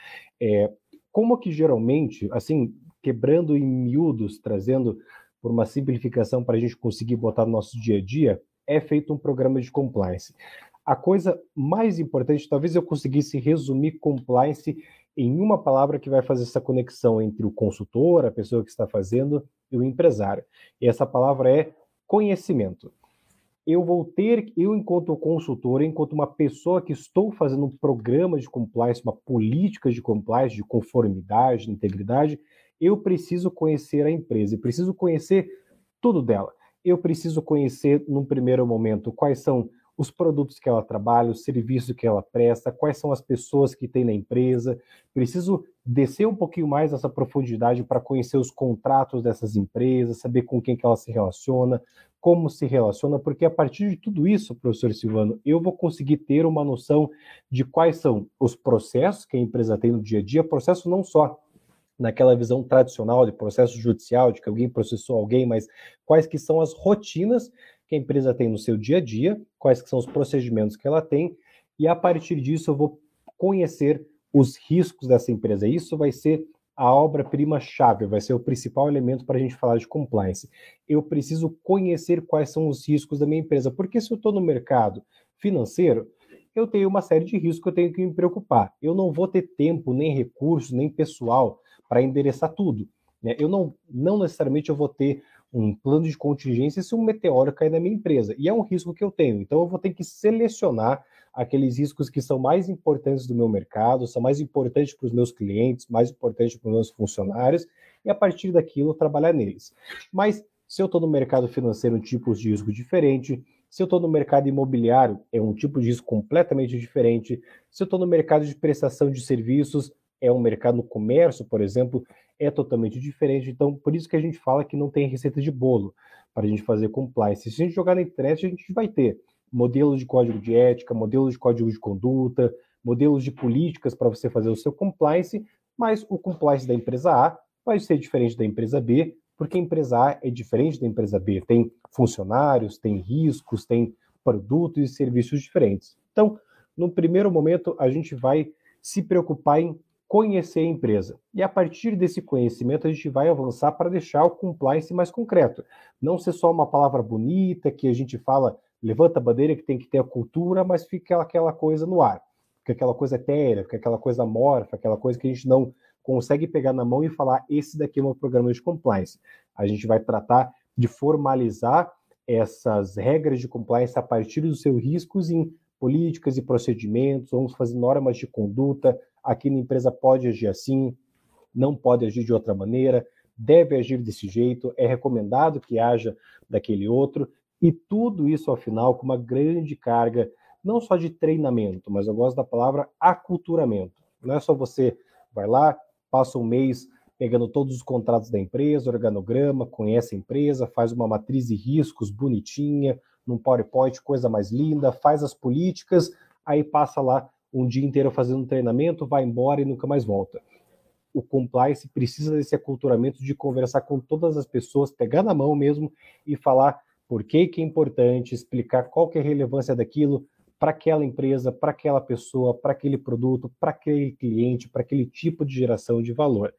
Como que geralmente, assim, quebrando em miúdos, trazendo por uma simplificação para a gente conseguir botar no nosso dia a dia, é feito um programa de compliance. A coisa mais importante, talvez eu conseguisse resumir compliance em uma palavra que vai fazer essa conexão entre o consultor, a pessoa que está fazendo, e o empresário. E essa palavra é conhecimento. Eu enquanto consultor, enquanto uma pessoa que estou fazendo um programa de compliance, uma política de compliance, de conformidade, de integridade, eu preciso conhecer a empresa, eu preciso conhecer tudo dela. Eu preciso conhecer, num primeiro momento, quais são os produtos que ela trabalha, os serviços que ela presta, quais são as pessoas que tem na empresa. Preciso descer um pouquinho mais nessa profundidade para conhecer os contratos dessas empresas, saber com quem que ela se relaciona, como se relaciona, porque a partir de tudo isso, professor Silvano, eu vou conseguir ter uma noção de quais são os processos que a empresa tem no dia a dia, processo não só naquela visão tradicional de processo judicial, de que alguém processou alguém, mas quais que são as rotinas que a empresa tem no seu dia a dia, quais que são os procedimentos que ela tem, e a partir disso eu vou conhecer os riscos dessa empresa. Isso vai ser a obra-prima-chave, vai ser o principal elemento para a gente falar de compliance. Eu preciso conhecer quais são os riscos da minha empresa, porque se eu estou no mercado financeiro, eu tenho uma série de riscos que eu tenho que me preocupar. Eu não vou ter tempo, nem recursos, nem pessoal para endereçar tudo. Né? Eu não necessariamente eu vou ter um plano de contingência se um meteoro cair na minha empresa. E é um risco que eu tenho. Então eu vou ter que selecionar aqueles riscos que são mais importantes do meu mercado, são mais importantes para os meus clientes, mais importantes para os meus funcionários, e a partir daquilo trabalhar neles. Mas se eu estou no mercado financeiro, um tipo de risco diferente. Se eu estou no mercado imobiliário, é um tipo de risco completamente diferente. Se eu estou no mercado de prestação de serviços, é um mercado no comércio, por exemplo, é totalmente diferente. Então, por isso que a gente fala que não tem receita de bolo para a gente fazer compliance. Se a gente jogar na internet, a gente vai ter modelos de código de ética, modelos de código de conduta, modelos de políticas para você fazer o seu compliance, mas o compliance da empresa A vai ser diferente da empresa B, porque a empresa A é diferente da empresa B. Tem funcionários, tem riscos, tem produtos e serviços diferentes. Então, no primeiro momento, a gente vai se preocupar em conhecer a empresa. E a partir desse conhecimento, a gente vai avançar para deixar o compliance mais concreto. Não ser só uma palavra bonita que a gente fala, levanta a bandeira que tem que ter a cultura, mas fica aquela coisa no ar. Fica aquela coisa etérea, fica aquela coisa amorfa, aquela coisa que a gente não consegue pegar na mão e falar, esse daqui é um programa de compliance. A gente vai tratar de formalizar essas regras de compliance a partir dos seus riscos em políticas e procedimentos, vamos fazer normas de conduta, aqui na empresa pode agir assim, não pode agir de outra maneira, deve agir desse jeito, é recomendado que haja daquele outro, e tudo isso, ao final, com uma grande carga, não só de treinamento, mas eu gosto da palavra aculturamento. Não é só você vai lá, passa um mês pegando todos os contratos da empresa, organograma, conhece a empresa, faz uma matriz de riscos bonitinha, num PowerPoint, coisa mais linda, faz as políticas, aí passa lá um dia inteiro fazendo um treinamento, vai embora e nunca mais volta. O compliance precisa desse aculturamento de conversar com todas as pessoas, pegar na mão mesmo e falar por que é importante, explicar qual que é a relevância daquilo para aquela empresa, para aquela pessoa, para aquele produto, para aquele cliente, para aquele tipo de geração de valor.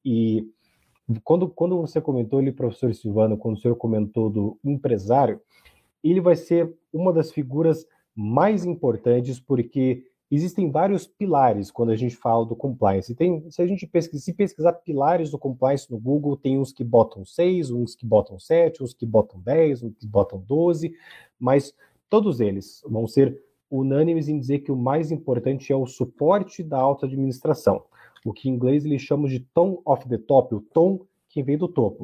E quando você comentou ali, professor Silvano, quando o senhor comentou do empresário, ele vai ser uma das figuras mais importantes, porque existem vários pilares quando a gente fala do compliance. Se a gente pesquisar pilares do compliance no Google, tem uns que botam 6, uns que botam 7, uns que botam 10, uns que botam 12, mas todos eles vão ser unânimes em dizer que o mais importante é o suporte da alta administração, o que em inglês eles chamam de tone of the top, o tom que vem do topo.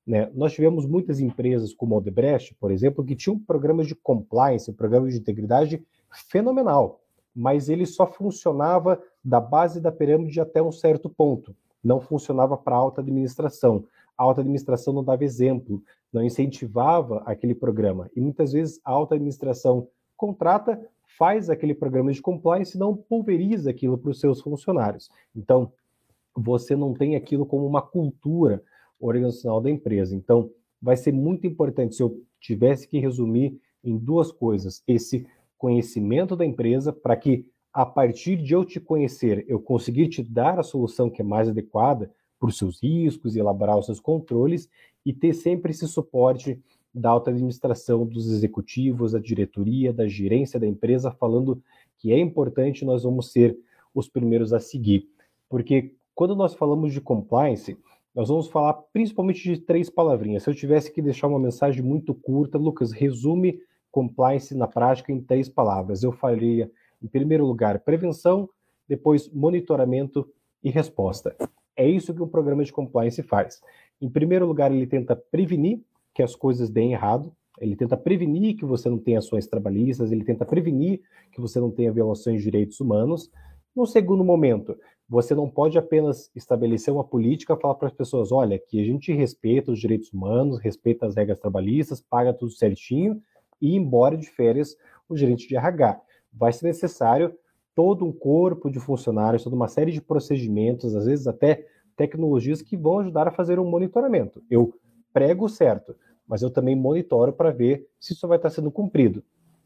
né? Nós tivemos muitas empresas como a Odebrecht, por exemplo, que tinham programas de compliance, programas de integridade fenomenal, mas ele só funcionava da base da pirâmide até um certo ponto. Não funcionava para a alta administração. A alta administração não dava exemplo, não incentivava aquele programa. E muitas vezes a alta administração contrata, faz aquele programa de compliance e não pulveriza aquilo para os seus funcionários. Então, você não tem aquilo como uma cultura organizacional da empresa. Então, vai ser muito importante, se eu tivesse que resumir em duas coisas, esse conhecimento da empresa, para que, a partir de eu te conhecer, eu conseguir te dar a solução que é mais adequada para os seus riscos e elaborar os seus controles, e ter sempre esse suporte da alta administração, dos executivos, da diretoria, da gerência da empresa, falando que é importante, nós vamos ser os primeiros a seguir. Porque quando nós falamos de compliance, nós vamos falar principalmente de 3 palavrinhas. Se eu tivesse que deixar uma mensagem muito curta, Lucas, resume compliance na prática em 3 palavras. Eu faria, em primeiro lugar, prevenção, depois monitoramento e resposta. É isso que um programa de compliance faz. Em primeiro lugar, ele tenta prevenir que as coisas deem errado, ele tenta prevenir que você não tenha ações trabalhistas, ele tenta prevenir que você não tenha violações de direitos humanos. No segundo momento, você não pode apenas estabelecer uma política, falar para as pessoas, olha, que a gente respeita os direitos humanos, respeita as regras trabalhistas, paga tudo certinho e ir embora de férias o gerente de RH. Vai ser necessário todo um corpo de funcionários, toda uma série de procedimentos, às vezes até tecnologias que vão ajudar a fazer um monitoramento. Eu prego certo, mas eu também monitoro para ver se isso vai estar sendo cumprido.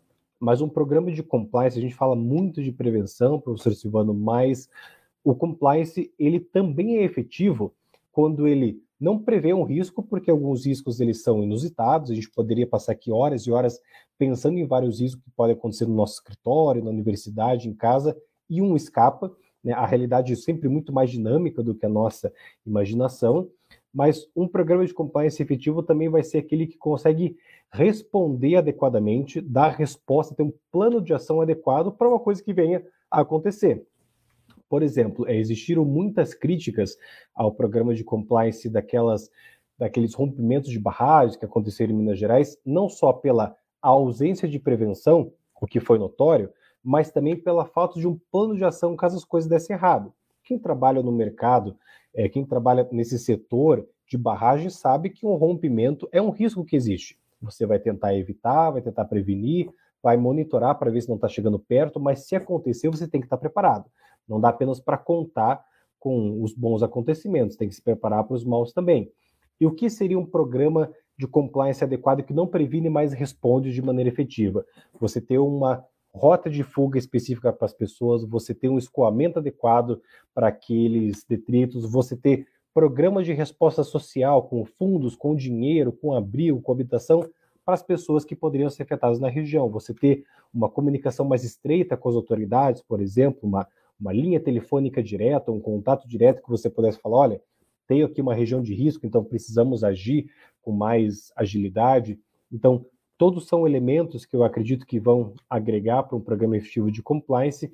Mas um programa de compliance, a gente fala muito de prevenção, professor Silvano, mas o compliance, ele também é efetivo quando ele não prevê um risco, porque alguns riscos eles são inusitados, a gente poderia passar aqui horas e horas pensando em vários riscos que podem acontecer no nosso escritório, na universidade, em casa, e um escapa, né? A realidade é sempre muito mais dinâmica do que a nossa imaginação, mas um programa de compliance efetivo também vai ser aquele que consegue responder adequadamente, dar resposta, ter um plano de ação adequado para uma coisa que venha a acontecer. Por exemplo, existiram muitas críticas ao programa de compliance daqueles rompimentos de barragens que aconteceram em Minas Gerais, não só pela ausência de prevenção, o que foi notório, mas também pela falta de um plano de ação caso as coisas dessem errado. Quem trabalha no mercado, quem trabalha nesse setor de barragem sabe que um rompimento é um risco que existe. Você vai tentar evitar, vai tentar prevenir, vai monitorar para ver se não está chegando perto, mas se acontecer, você tem que estar preparado. Não dá apenas para contar com os bons acontecimentos, tem que se preparar para os maus também. E o que seria um programa de compliance adequado que não previne, mas responde de maneira efetiva? Você ter uma rota de fuga específica para as pessoas, você ter um escoamento adequado para aqueles detritos, você ter programas de resposta social com fundos, com dinheiro, com abrigo, com habitação para as pessoas que poderiam ser afetadas na região. Você ter uma comunicação mais estreita com as autoridades, por exemplo, uma linha telefônica direta, um contato direto que você pudesse falar, olha, tenho aqui uma região de risco, então precisamos agir com mais agilidade. Então, todos são elementos que eu acredito que vão agregar para um programa efetivo de compliance.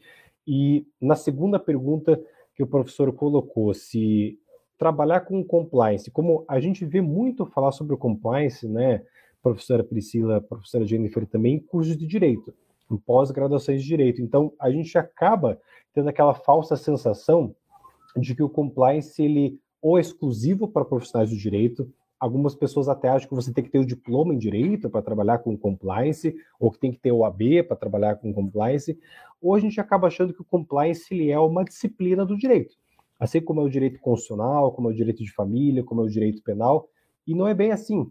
E na segunda pergunta que o professor colocou, se trabalhar com compliance, como a gente vê muito falar sobre o compliance, né, professora Priscila, professora Jennifer também, em cursos de direito, em pós-graduações de direito. Então, a gente acaba tendo aquela falsa sensação de que o compliance ele ou é exclusivo para profissionais do direito. Algumas pessoas até acham que você tem que ter o diploma em direito para trabalhar com compliance, ou que tem que ter o AB para trabalhar com compliance, ou a gente acaba achando que o compliance ele é uma disciplina do direito, assim como é o direito constitucional, como é o direito de família, como é o direito penal, e não é bem assim.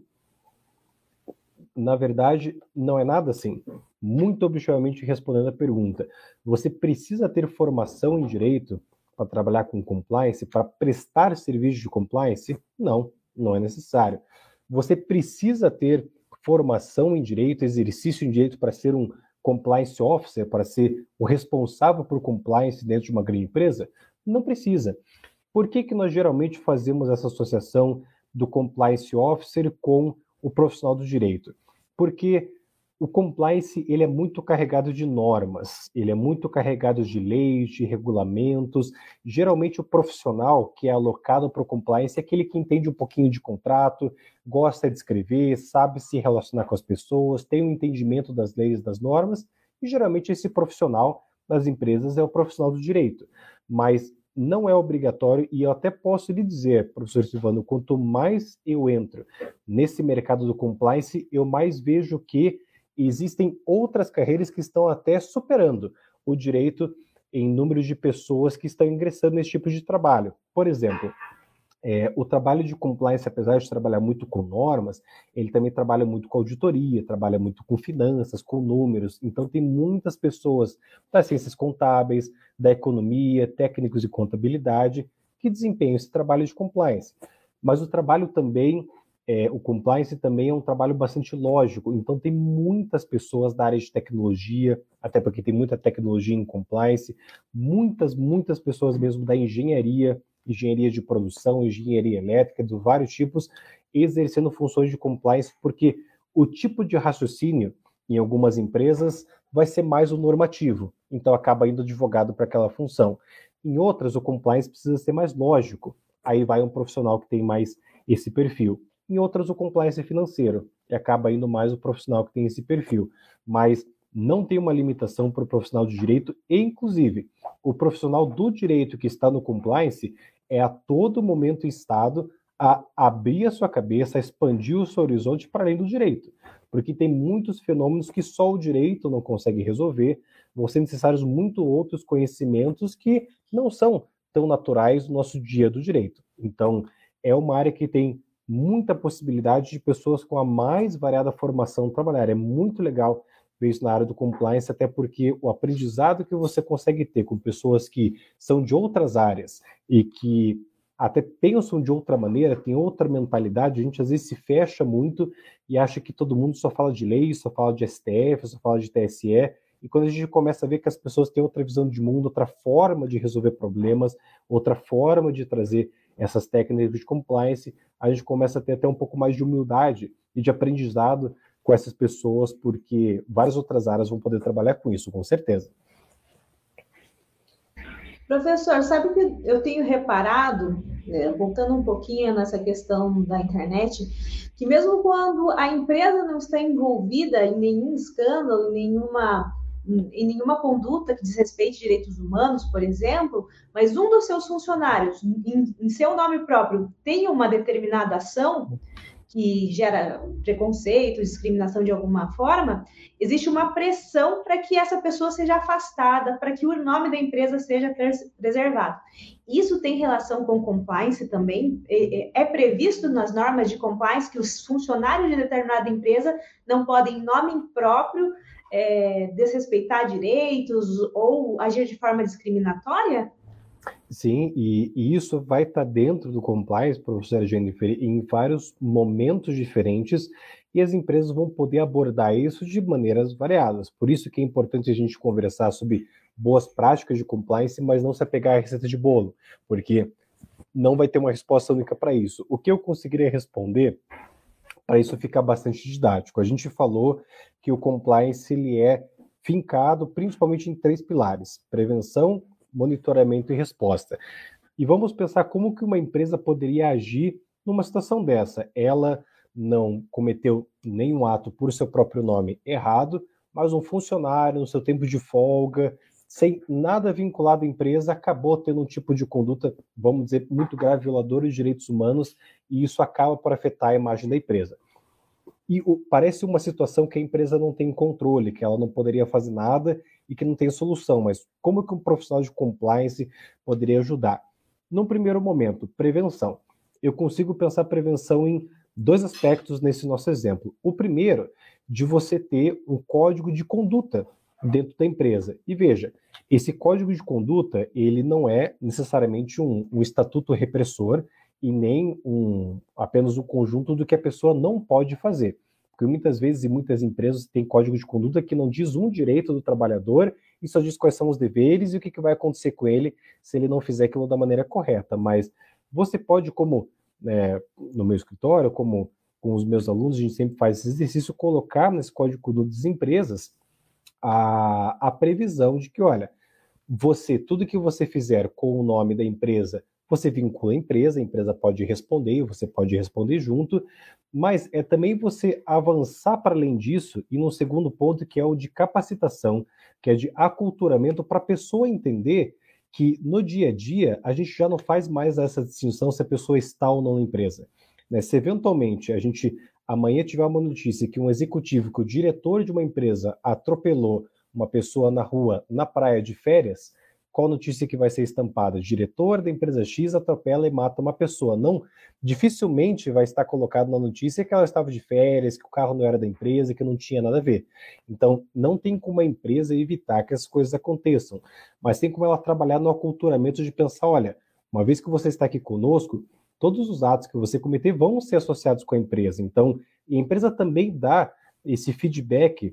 Na verdade, não é nada assim. Muito objetivamente respondendo a pergunta, você precisa ter formação em direito para trabalhar com compliance, para prestar serviço de compliance? Não, não é necessário. Você precisa ter formação em direito, exercício em direito para ser um compliance officer, para ser o responsável por compliance dentro de uma grande empresa? Não precisa. Por que nós geralmente fazemos essa associação do compliance officer com o profissional do direito? Porque o compliance ele é muito carregado de normas, ele é muito carregado de leis, de regulamentos. Geralmente o profissional que é alocado para o compliance é aquele que entende um pouquinho de contrato, gosta de escrever, sabe se relacionar com as pessoas, tem um entendimento das leis, das normas, e geralmente esse profissional das empresas é o profissional do direito. Mas não é obrigatório, e eu até posso lhe dizer, professor Silvano, quanto mais eu entro nesse mercado do compliance, eu mais vejo que existem outras carreiras que estão até superando o direito em número de pessoas que estão ingressando nesse tipo de trabalho. Por exemplo, o trabalho de compliance, apesar de trabalhar muito com normas, ele também trabalha muito com auditoria, trabalha muito com finanças, com números. Então, tem muitas pessoas das ciências contábeis, da economia, técnicos de contabilidade, que desempenham esse trabalho de compliance. Mas o trabalho também, o compliance também é um trabalho bastante lógico. Então, tem muitas pessoas da área de tecnologia, até porque tem muita tecnologia em compliance, muitas pessoas mesmo da engenharia de produção, engenharia elétrica, de vários tipos, exercendo funções de compliance, porque o tipo de raciocínio, em algumas empresas, vai ser mais o normativo, então acaba indo advogado para aquela função. Em outras, o compliance precisa ser mais lógico, aí vai um profissional que tem mais esse perfil. Em outras, o compliance é financeiro, e acaba indo mais o profissional que tem esse perfil. Mas não tem uma limitação para o profissional de direito, e, inclusive, o profissional do direito que está no compliance é a todo momento instado a abrir a sua cabeça, a expandir o seu horizonte para além do direito. Porque tem muitos fenômenos que só o direito não consegue resolver, vão ser necessários muito outros conhecimentos que não são tão naturais no nosso dia do direito. Então, é uma área que tem muita possibilidade de pessoas com a mais variada formação trabalhar. É muito legal ver isso na área do compliance, até porque o aprendizado que você consegue ter com pessoas que são de outras áreas e que até pensam de outra maneira, tem outra mentalidade, a gente às vezes se fecha muito e acha que todo mundo só fala de lei, só fala de STF, só fala de TSE, e quando a gente começa a ver que as pessoas têm outra visão de mundo, outra forma de resolver problemas, outra forma de trazer essas técnicas de compliance, a gente começa a ter até um pouco mais de humildade e de aprendizado com essas pessoas, porque várias outras áreas vão poder trabalhar com isso, com certeza. Professor, sabe o que eu tenho reparado, voltando um pouquinho nessa questão da internet, que mesmo quando a empresa não está envolvida em nenhum escândalo, em nenhuma conduta que diz respeito a direitos humanos, por exemplo, mas um dos seus funcionários, em seu nome próprio, tem uma determinada ação que gera preconceito, discriminação de alguma forma, existe uma pressão para que essa pessoa seja afastada, para que o nome da empresa seja preservado. Isso tem relação com compliance também? É previsto nas normas de compliance que os funcionários de determinada empresa não podem, em nome próprio, desrespeitar direitos ou agir de forma discriminatória? Sim, e isso vai estar dentro do compliance, professora Jennifer, em vários momentos diferentes, e as empresas vão poder abordar isso de maneiras variadas. Por isso que é importante a gente conversar sobre boas práticas de compliance, mas não se apegar à receita de bolo, porque não vai ter uma resposta única para isso. O que eu conseguiria responder, para isso ficar bastante didático, a gente falou que o compliance ele é fincado principalmente em 3 pilares: prevenção, monitoramento e resposta. E vamos pensar como que uma empresa poderia agir numa situação dessa. Ela não cometeu nenhum ato por seu próprio nome errado, mas um funcionário, no seu tempo de folga, sem nada vinculado à empresa, acabou tendo um tipo de conduta, vamos dizer, muito grave, violadora de direitos humanos, e isso acaba por afetar a imagem da empresa. E parece uma situação que a empresa não tem controle, que ela não poderia fazer nada e que não tem solução, mas como que um profissional de compliance poderia ajudar? Num primeiro momento, prevenção. Eu consigo pensar prevenção em 2 aspectos nesse nosso exemplo. O primeiro, de você ter um código de conduta dentro da empresa. E veja, esse código de conduta, ele não é necessariamente um estatuto repressor e nem apenas um conjunto do que a pessoa não pode fazer. Porque muitas vezes, e muitas empresas, têm código de conduta que não diz um direito do trabalhador e só diz quais são os deveres e o que vai acontecer com ele se ele não fizer aquilo da maneira correta. Mas você pode, como no meu escritório, como com os meus alunos, a gente sempre faz esse exercício, colocar nesse código de conduta das empresas a previsão de que, olha, tudo que você fizer com o nome da empresa, você vincula a empresa pode responder, você pode responder junto, mas é também você avançar para além disso, e no segundo ponto, que é o de capacitação, que é de aculturamento, para a pessoa entender que no dia a dia a gente já não faz mais essa distinção se a pessoa está ou não na empresa. Né? Se eventualmente a gente amanhã tiver uma notícia que um executivo, que o diretor de uma empresa atropelou uma pessoa na rua, na praia de férias, qual notícia que vai ser estampada? Diretor da empresa X atropela e mata uma pessoa. Não, dificilmente vai estar colocado na notícia que ela estava de férias, que o carro não era da empresa, que não tinha nada a ver. Então, não tem como a empresa evitar que essas coisas aconteçam, mas tem como ela trabalhar no aculturamento de pensar, olha, uma vez que você está aqui conosco, todos os atos que você cometer vão ser associados com a empresa. Então, a empresa também dá esse feedback,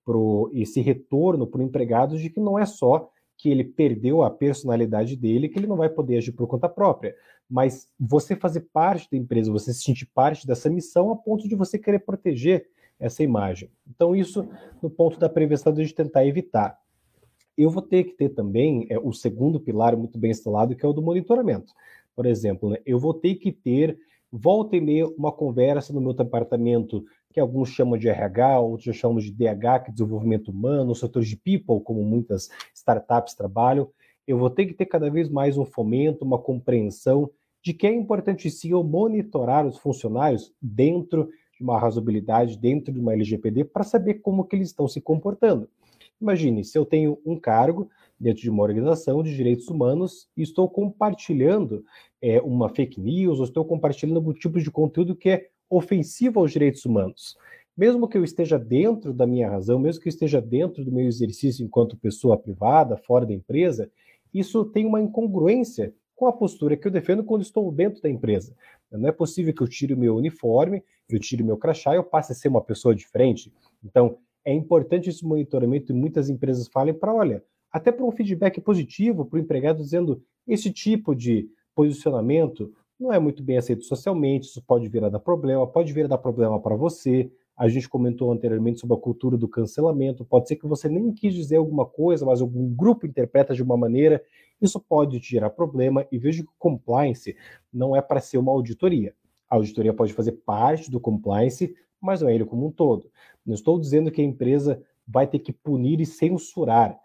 esse retorno para o empregado de que não é só que ele perdeu a personalidade dele, que ele não vai poder agir por conta própria. Mas você fazer parte da empresa, você se sentir parte dessa missão a ponto de você querer proteger essa imagem. Então, isso no ponto da prevenção de tentar evitar. Eu vou ter que ter também o segundo pilar muito bem instalado, que é o do monitoramento. Por exemplo, né, eu vou ter que ter, volta e meia, uma conversa no meu departamento, que alguns chamam de RH, outros chamam de DH, que é desenvolvimento humano, o setor de people, como muitas startups trabalham. Eu vou ter que ter cada vez mais um fomento, uma compreensão de que é importante sim eu monitorar os funcionários dentro de uma razoabilidade, dentro de uma LGPD, para saber como que eles estão se comportando. Imagine, se eu tenho um cargo dentro de uma organização de direitos humanos e estou compartilhando uma fake news, ou estou compartilhando algum tipo de conteúdo que é ofensivo aos direitos humanos. Mesmo que eu esteja dentro da minha razão, mesmo que eu esteja dentro do meu exercício enquanto pessoa privada, fora da empresa, isso tem uma incongruência com a postura que eu defendo quando estou dentro da empresa. Não é possível que eu tire o meu uniforme, eu tire o meu crachá e eu passe a ser uma pessoa diferente. Então, é importante esse monitoramento e muitas empresas falem para, olha, até para um feedback positivo para o empregado dizendo esse tipo de posicionamento não é muito bem aceito socialmente, isso pode vir a dar problema, pode vir a dar problema para você. A gente comentou anteriormente sobre a cultura do cancelamento, pode ser que você nem quis dizer alguma coisa, mas algum grupo interpreta de uma maneira, isso pode te gerar problema, e vejo que o compliance não é para ser uma auditoria. A auditoria pode fazer parte do compliance, mas não é ele como um todo. Não estou dizendo que a empresa vai ter que punir e censurar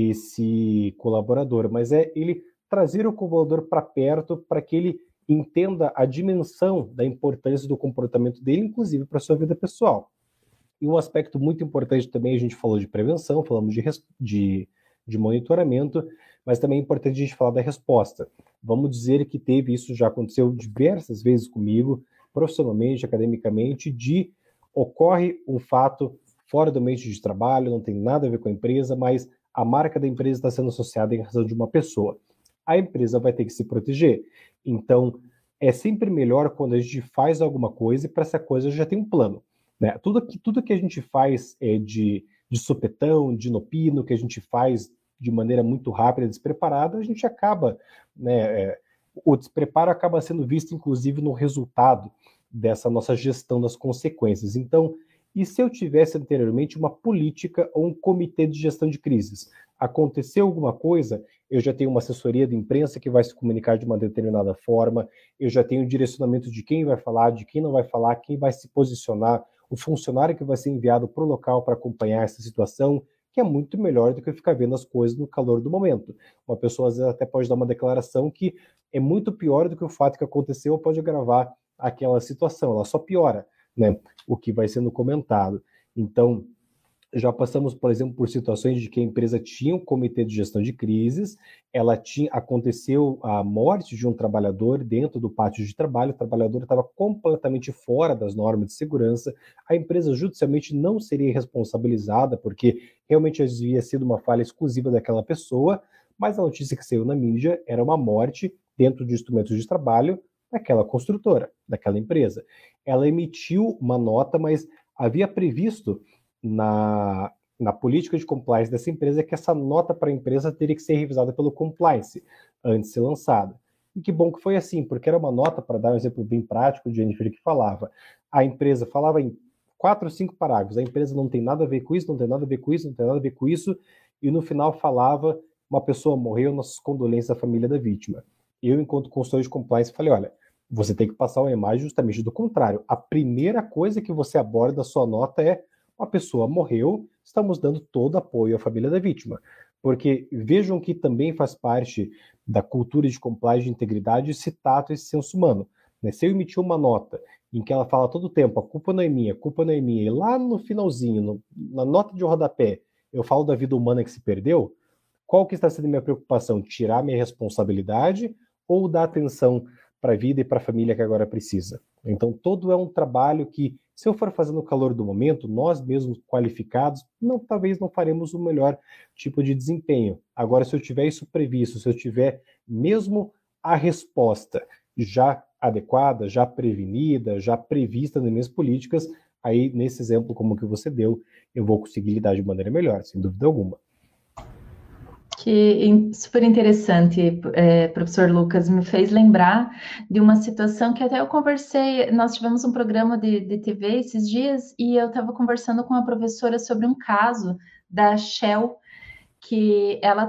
esse colaborador, mas é ele trazer o colaborador para perto para que ele entenda a dimensão da importância do comportamento dele, inclusive para a sua vida pessoal. E um aspecto muito importante também, a gente falou de prevenção, falamos de monitoramento, mas também é importante a gente falar da resposta. Vamos dizer que isso já aconteceu diversas vezes comigo, profissionalmente, academicamente, ocorre um fato fora do ambiente de trabalho, não tem nada a ver com a empresa, mas a marca da empresa está sendo associada em razão de uma pessoa. A empresa vai ter que se proteger. Então, é sempre melhor quando a gente faz alguma coisa e para essa coisa já tem um plano. Né? Tudo que a gente faz de supetão, de inopino, que a gente faz de maneira muito rápida, despreparada, a gente acaba, né, o despreparo acaba sendo visto, inclusive, no resultado dessa nossa gestão das consequências. Então, e se eu tivesse anteriormente uma política ou um comitê de gestão de crises? Aconteceu alguma coisa, eu já tenho uma assessoria de imprensa que vai se comunicar de uma determinada forma, eu já tenho o direcionamento de quem vai falar, de quem não vai falar, quem vai se posicionar, o funcionário que vai ser enviado para o local para acompanhar essa situação, que é muito melhor do que ficar vendo as coisas no calor do momento. Uma pessoa às vezes até pode dar uma declaração que é muito pior do que o fato que aconteceu, ou pode agravar aquela situação, ela só piora, né, o que vai sendo comentado. Então, já passamos, por exemplo, por situações de que a empresa tinha um comitê de gestão de crises, aconteceu a morte de um trabalhador dentro do pátio de trabalho, o trabalhador estava completamente fora das normas de segurança, a empresa judicialmente não seria responsabilizada, porque realmente havia sido uma falha exclusiva daquela pessoa, mas a notícia que saiu na mídia era uma morte dentro de instrumentos de trabalho daquela construtora, daquela empresa. Ela emitiu uma nota, mas havia previsto na política de compliance dessa empresa que essa nota para a empresa teria que ser revisada pelo compliance antes de ser lançada. E que bom que foi assim, porque era uma nota, para dar um exemplo bem prático, de Jennifer que falava, a empresa falava em 4 ou 5 parágrafos, a empresa não tem nada a ver com isso, não tem nada a ver com isso, não tem nada a ver com isso, e no final falava, uma pessoa morreu, nossas condolências à família da vítima. Eu, enquanto consultor de compliance, falei, olha, você tem que passar uma imagem justamente do contrário. A primeira coisa que você aborda da sua nota é, uma pessoa morreu, estamos dando todo apoio à família da vítima. Porque vejam que também faz parte da cultura de compliance de integridade esse tato, esse senso humano. Se eu emitir uma nota em que ela fala todo o tempo, a culpa não é minha, e lá no finalzinho, na nota de rodapé, eu falo da vida humana que se perdeu, qual que está sendo minha preocupação? Tirar minha responsabilidade ou dar atenção para a vida e para a família que agora precisa? Então, todo é um trabalho que, se eu for fazer no calor do momento, nós mesmos qualificados, talvez não faremos o melhor tipo de desempenho. Agora, se eu tiver isso previsto, se eu tiver mesmo a resposta já adequada, já prevenida, já prevista nas minhas políticas, aí, nesse exemplo como que você deu, eu vou conseguir lidar de maneira melhor, sem dúvida alguma. Que super interessante, professor Lucas, me fez lembrar de uma situação que até eu conversei, nós tivemos um programa de TV esses dias e eu estava conversando com uma professora sobre um caso da Shell, que ela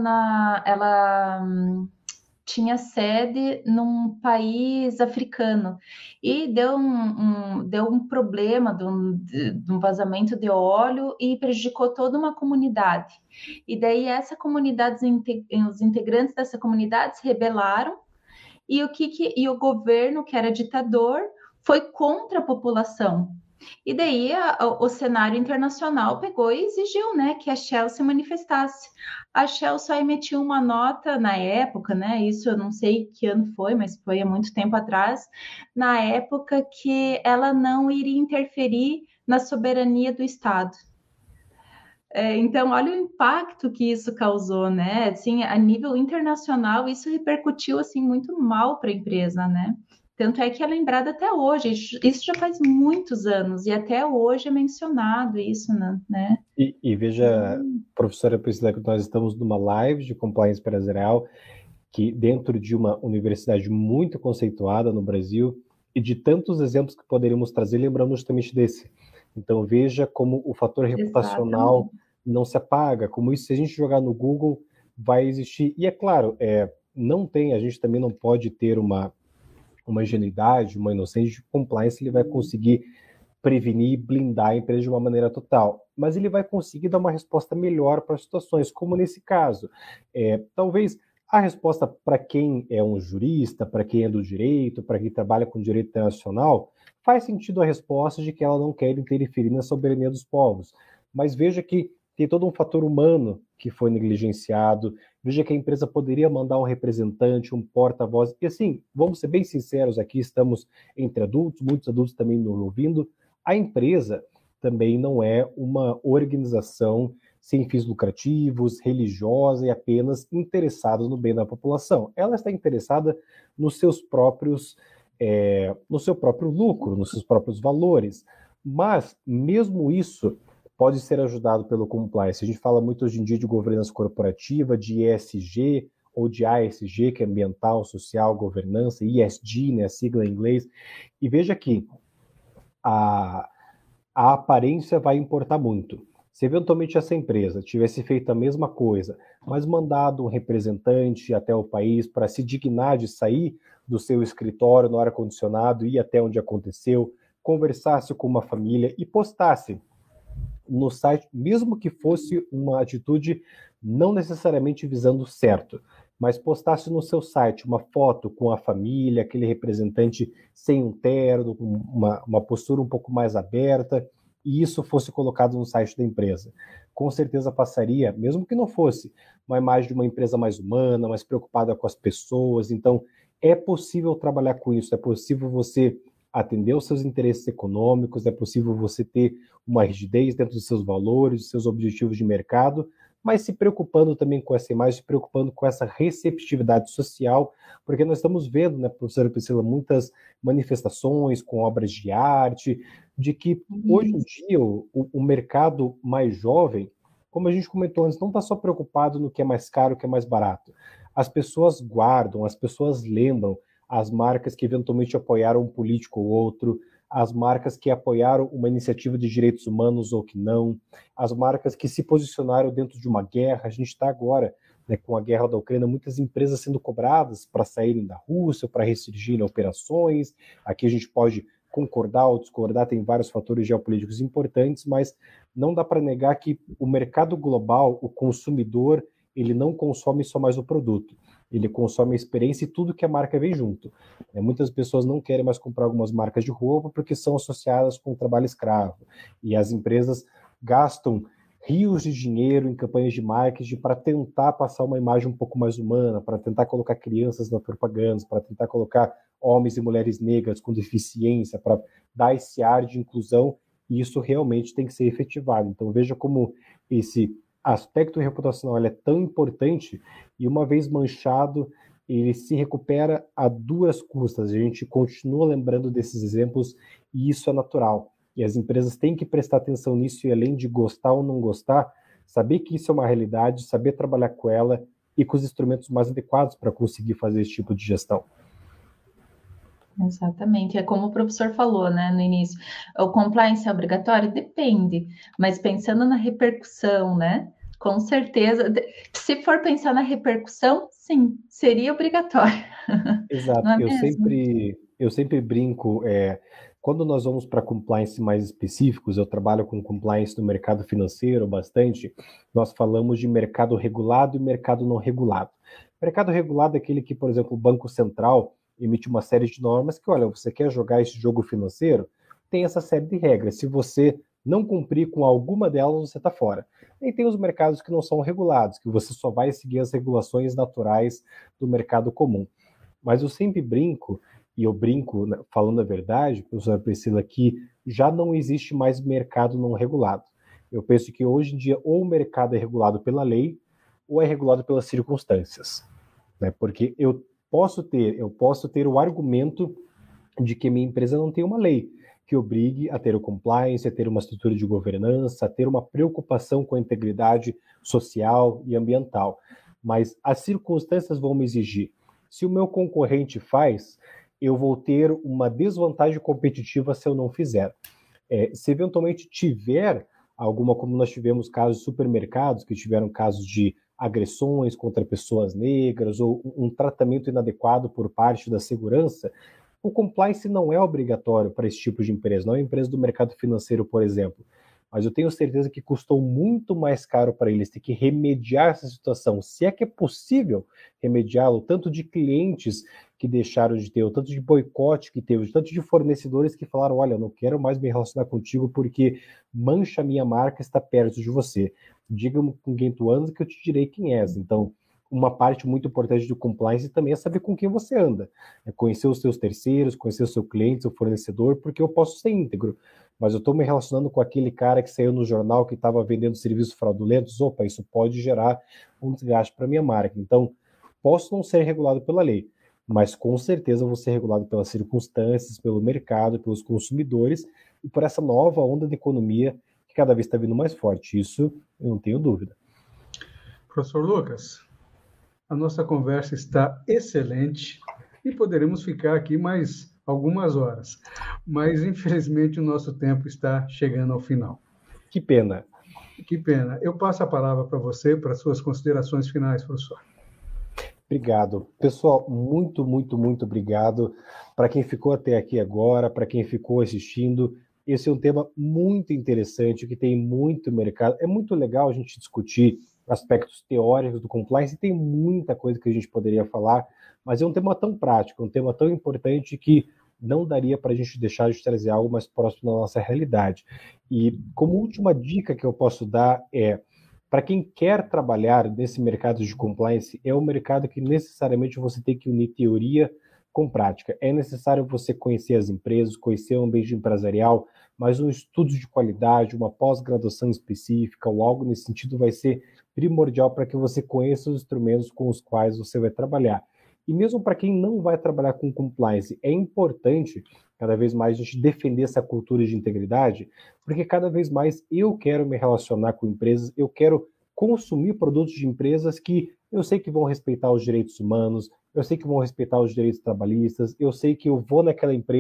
tinha sede num país africano e deu um problema de um vazamento de óleo e prejudicou toda uma comunidade. E daí essa comunidade, os integrantes dessa comunidade se rebelaram e o governo, que era ditador, foi contra a população. E daí o cenário internacional pegou e exigiu, né, que a Shell se manifestasse. A Shell só emitiu uma nota na época, né, isso eu não sei que ano foi, mas foi há muito tempo atrás, na época que ela não iria interferir na soberania do Estado. Então, olha o impacto que isso causou, né? Assim, a nível internacional, isso repercutiu assim muito mal para a empresa, né? Tanto é que é lembrado até hoje. Isso já faz muitos anos e até hoje é mencionado isso, né? E veja, professora Priscila, que nós estamos numa live de compliance empresarial que dentro de uma universidade muito conceituada no Brasil e de tantos exemplos que poderíamos trazer, lembramos justamente desse. Então veja como o fator reputacional não se apaga, como isso, se a gente jogar no Google, vai existir. E é claro, a gente também não pode ter uma ingenuidade, uma inocência de compliance, ele vai conseguir prevenir e blindar a empresa de uma maneira total. Mas ele vai conseguir dar uma resposta melhor para situações, como nesse caso. Talvez a resposta para quem é um jurista, para quem é do direito, para quem trabalha com direito internacional, faz sentido a resposta de que ela não quer interferir na soberania dos povos. Mas veja que tem todo um fator humano que foi negligenciado. Veja que a empresa poderia mandar um representante, um porta-voz. E assim, vamos ser bem sinceros aqui, estamos entre adultos, muitos adultos também nos ouvindo. A empresa também não é uma organização sem fins lucrativos, religiosa e apenas interessada no bem da população. Ela está interessada nos seus próprios, no seu próprio lucro, nos seus próprios valores. Mas, mesmo isso, pode ser ajudado pelo compliance. A gente fala muito hoje em dia de governança corporativa, de ESG ou de ASG, que é ambiental, social, governança, ESG, né, a sigla em inglês. E veja que a aparência vai importar muito. Se eventualmente essa empresa tivesse feito a mesma coisa, mas mandado um representante até o país para se dignar de sair do seu escritório no ar-condicionado, ir até onde aconteceu, conversasse com uma família e postasse no site, mesmo que fosse uma atitude não necessariamente visando certo, mas postasse no seu site uma foto com a família, aquele representante sem um terno, uma postura um pouco mais aberta, e isso fosse colocado no site da empresa. Com certeza passaria, mesmo que não fosse, uma imagem de uma empresa mais humana, mais preocupada com as pessoas. Então, é possível trabalhar com isso, é possível você atender os seus interesses econômicos, é possível você ter uma rigidez dentro dos seus valores, dos seus objetivos de mercado, mas se preocupando também com essa imagem, se preocupando com essa receptividade social, porque nós estamos vendo, né, professora Priscila, muitas manifestações com obras de arte, de que hoje em dia o mercado mais jovem, como a gente comentou antes, não está só preocupado no que é mais caro, o que é mais barato. As pessoas guardam, as pessoas lembram as marcas que eventualmente apoiaram um político ou outro, as marcas que apoiaram uma iniciativa de direitos humanos ou que não, as marcas que se posicionaram dentro de uma guerra. A gente está agora, né, com a guerra da Ucrânia, muitas empresas sendo cobradas para saírem da Rússia, para restringirem operações. Aqui a gente pode concordar ou discordar, tem vários fatores geopolíticos importantes, mas não dá para negar que o mercado global, o consumidor, ele não consome só mais o produto, ele consome a experiência e tudo que a marca vem junto. Muitas pessoas não querem mais comprar algumas marcas de roupa porque são associadas com o trabalho escravo, e as empresas gastam rios de dinheiro em campanhas de marketing para tentar passar uma imagem um pouco mais humana, para tentar colocar crianças na propaganda, para tentar colocar homens e mulheres negras com deficiência, para dar esse ar de inclusão, e isso realmente tem que ser efetivado. Então veja como esse aspecto reputacional é tão importante, e uma vez manchado, ele se recupera a duras custas. A gente continua lembrando desses exemplos, e isso é natural. E as empresas têm que prestar atenção nisso, e além de gostar ou não gostar, saber que isso é uma realidade, saber trabalhar com ela e com os instrumentos mais adequados para conseguir fazer esse tipo de gestão. Exatamente, é como o professor falou, né, no início, o compliance é obrigatório? Depende, mas pensando na repercussão, né, com certeza, se for pensar na repercussão, sim, seria obrigatório. Exato, Não é mesmo? eu sempre brinco, quando nós vamos para compliance mais específicos, eu trabalho com compliance no mercado financeiro bastante, nós falamos de mercado regulado e mercado não regulado. Mercado regulado é aquele que, por exemplo, o Banco Central emite uma série de normas que, olha, você quer jogar esse jogo financeiro? Tem essa série de regras. Se você não cumprir com alguma delas, você está fora. E tem os mercados que não são regulados, que você só vai seguir as regulações naturais do mercado comum. Mas eu sempre brinco, e eu brinco falando a verdade, professora Priscila, que já não existe mais mercado não regulado. Eu penso que hoje em dia ou o mercado é regulado pela lei ou é regulado pelas circunstâncias, né? Porque eu posso ter o argumento de que minha empresa não tem uma lei que obrigue a ter o compliance, a ter uma estrutura de governança, a ter uma preocupação com a integridade social e ambiental. Mas as circunstâncias vão me exigir. Se o meu concorrente faz, eu vou ter uma desvantagem competitiva se eu não fizer. Se eventualmente tiver alguma, como nós tivemos casos de supermercados, que tiveram casos de agressões contra pessoas negras ou um tratamento inadequado por parte da segurança, o compliance não é obrigatório para esse tipo de empresa, não é empresa do mercado financeiro, por exemplo. Mas eu tenho certeza que custou muito mais caro para eles ter que remediar essa situação, se é que é possível remediá-lo, o tanto de clientes que deixaram de ter, o tanto de boicote que teve, o tanto de fornecedores que falaram, olha, eu não quero mais me relacionar contigo porque mancha a minha marca, está perto de você. Diga-me com quem tu andas que eu te direi quem és. Então, uma parte muito importante do compliance também é saber com quem você anda. É conhecer os seus terceiros, conhecer o seu cliente, seu fornecedor, porque eu posso ser íntegro, mas eu estou me relacionando com aquele cara que saiu no jornal que estava vendendo serviços fraudulentos. Opa, isso pode gerar um desgaste para a minha marca. Então, posso não ser regulado pela lei, mas com certeza vou ser regulado pelas circunstâncias, pelo mercado, pelos consumidores e por essa nova onda de economia que cada vez está vindo mais forte. Isso eu não tenho dúvida. Professor Lucas, a nossa conversa está excelente e poderemos ficar aqui mais algumas horas, mas infelizmente o nosso tempo está chegando ao final. Que pena. Que pena. Eu passo a palavra para você, para suas considerações finais, professor. Obrigado. Pessoal, muito, muito, muito obrigado. Para quem ficou até aqui agora, para quem ficou assistindo, esse é um tema muito interessante, que tem muito mercado. É muito legal a gente discutir aspectos teóricos do compliance, e tem muita coisa que a gente poderia falar, mas é um tema tão prático, um tema tão importante que não daria para a gente deixar de trazer algo mais próximo da nossa realidade. E como última dica que eu posso dar para quem quer trabalhar nesse mercado de compliance, é um mercado que necessariamente você tem que unir teoria com prática. É necessário você conhecer as empresas, conhecer o ambiente empresarial, mas um estudo de qualidade, uma pós-graduação específica ou algo nesse sentido vai ser primordial para que você conheça os instrumentos com os quais você vai trabalhar. E mesmo para quem não vai trabalhar com compliance, é importante cada vez mais a gente defender essa cultura de integridade, porque cada vez mais eu quero me relacionar com empresas, eu quero consumir produtos de empresas que eu sei que vão respeitar os direitos humanos, eu sei que vão respeitar os direitos trabalhistas, eu sei que eu vou naquela empresa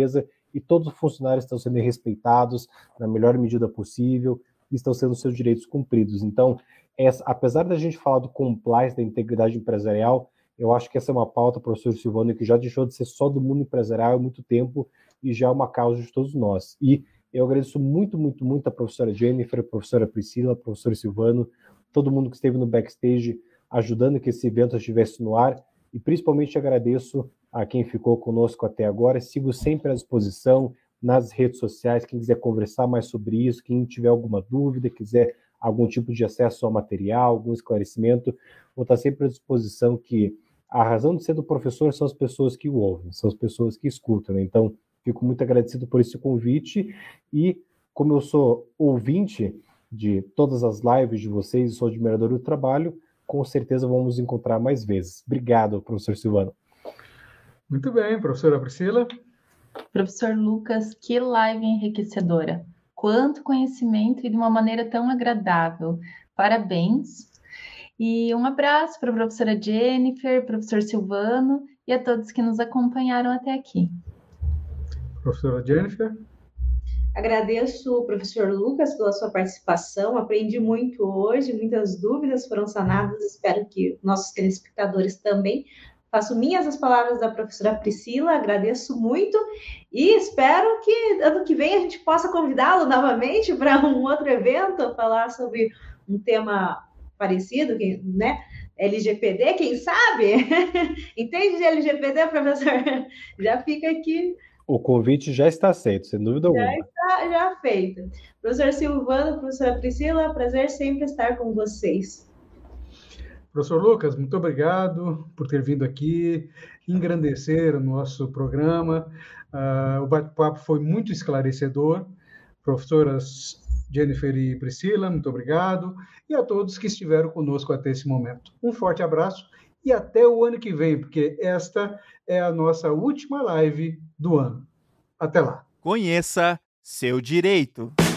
e todos os funcionários estão sendo respeitados na melhor medida possível e estão sendo seus direitos cumpridos. Então, apesar da gente falar do compliance, da integridade empresarial, eu acho que essa é uma pauta, professor Silvano, que já deixou de ser só do mundo empresarial há muito tempo e já é uma causa de todos nós. E eu agradeço muito, muito, muito a professora Jennifer, a professora Priscila, a professor Silvano, todo mundo que esteve no backstage ajudando que esse evento estivesse no ar, e principalmente agradeço a quem ficou conosco até agora. Sigo sempre à disposição nas redes sociais, quem quiser conversar mais sobre isso, quem tiver alguma dúvida, quiser algum tipo de acesso ao material, algum esclarecimento, vou estar sempre à disposição, que a razão de ser do professor são as pessoas que o ouvem, são as pessoas que escutam, né? Então, fico muito agradecido por esse convite e, como eu sou ouvinte de todas as lives de vocês e sou admirador do trabalho, com certeza vamos nos encontrar mais vezes. Obrigado, professor Silvano. Muito bem, professora Priscila. Professor Lucas, que live enriquecedora. Quanto conhecimento e de uma maneira tão agradável. Parabéns. E um abraço para a professora Jennifer, professor Silvano e a todos que nos acompanharam até aqui. Professora Jennifer. Agradeço o professor Lucas pela sua participação, aprendi muito hoje, muitas dúvidas foram sanadas, espero que nossos telespectadores também. Faço minhas as palavras da professora Priscila, agradeço muito e espero que ano que vem a gente possa convidá-lo novamente para um outro evento, falar sobre um tema parecido, né? LGPD, quem sabe? Entende de LGPD, professor? Já fica aqui. O convite já está aceito, sem dúvida alguma. Já feito. Professor Silvano, professora Priscila, prazer sempre estar com vocês. Professor Lucas, muito obrigado por ter vindo aqui, engrandecer o nosso programa. O bate-papo foi muito esclarecedor. Professoras Jennifer e Priscila, muito obrigado. E a todos que estiveram conosco até esse momento. Um forte abraço e até o ano que vem, porque esta é a nossa última live do ano. Até lá. Conheça seu direito.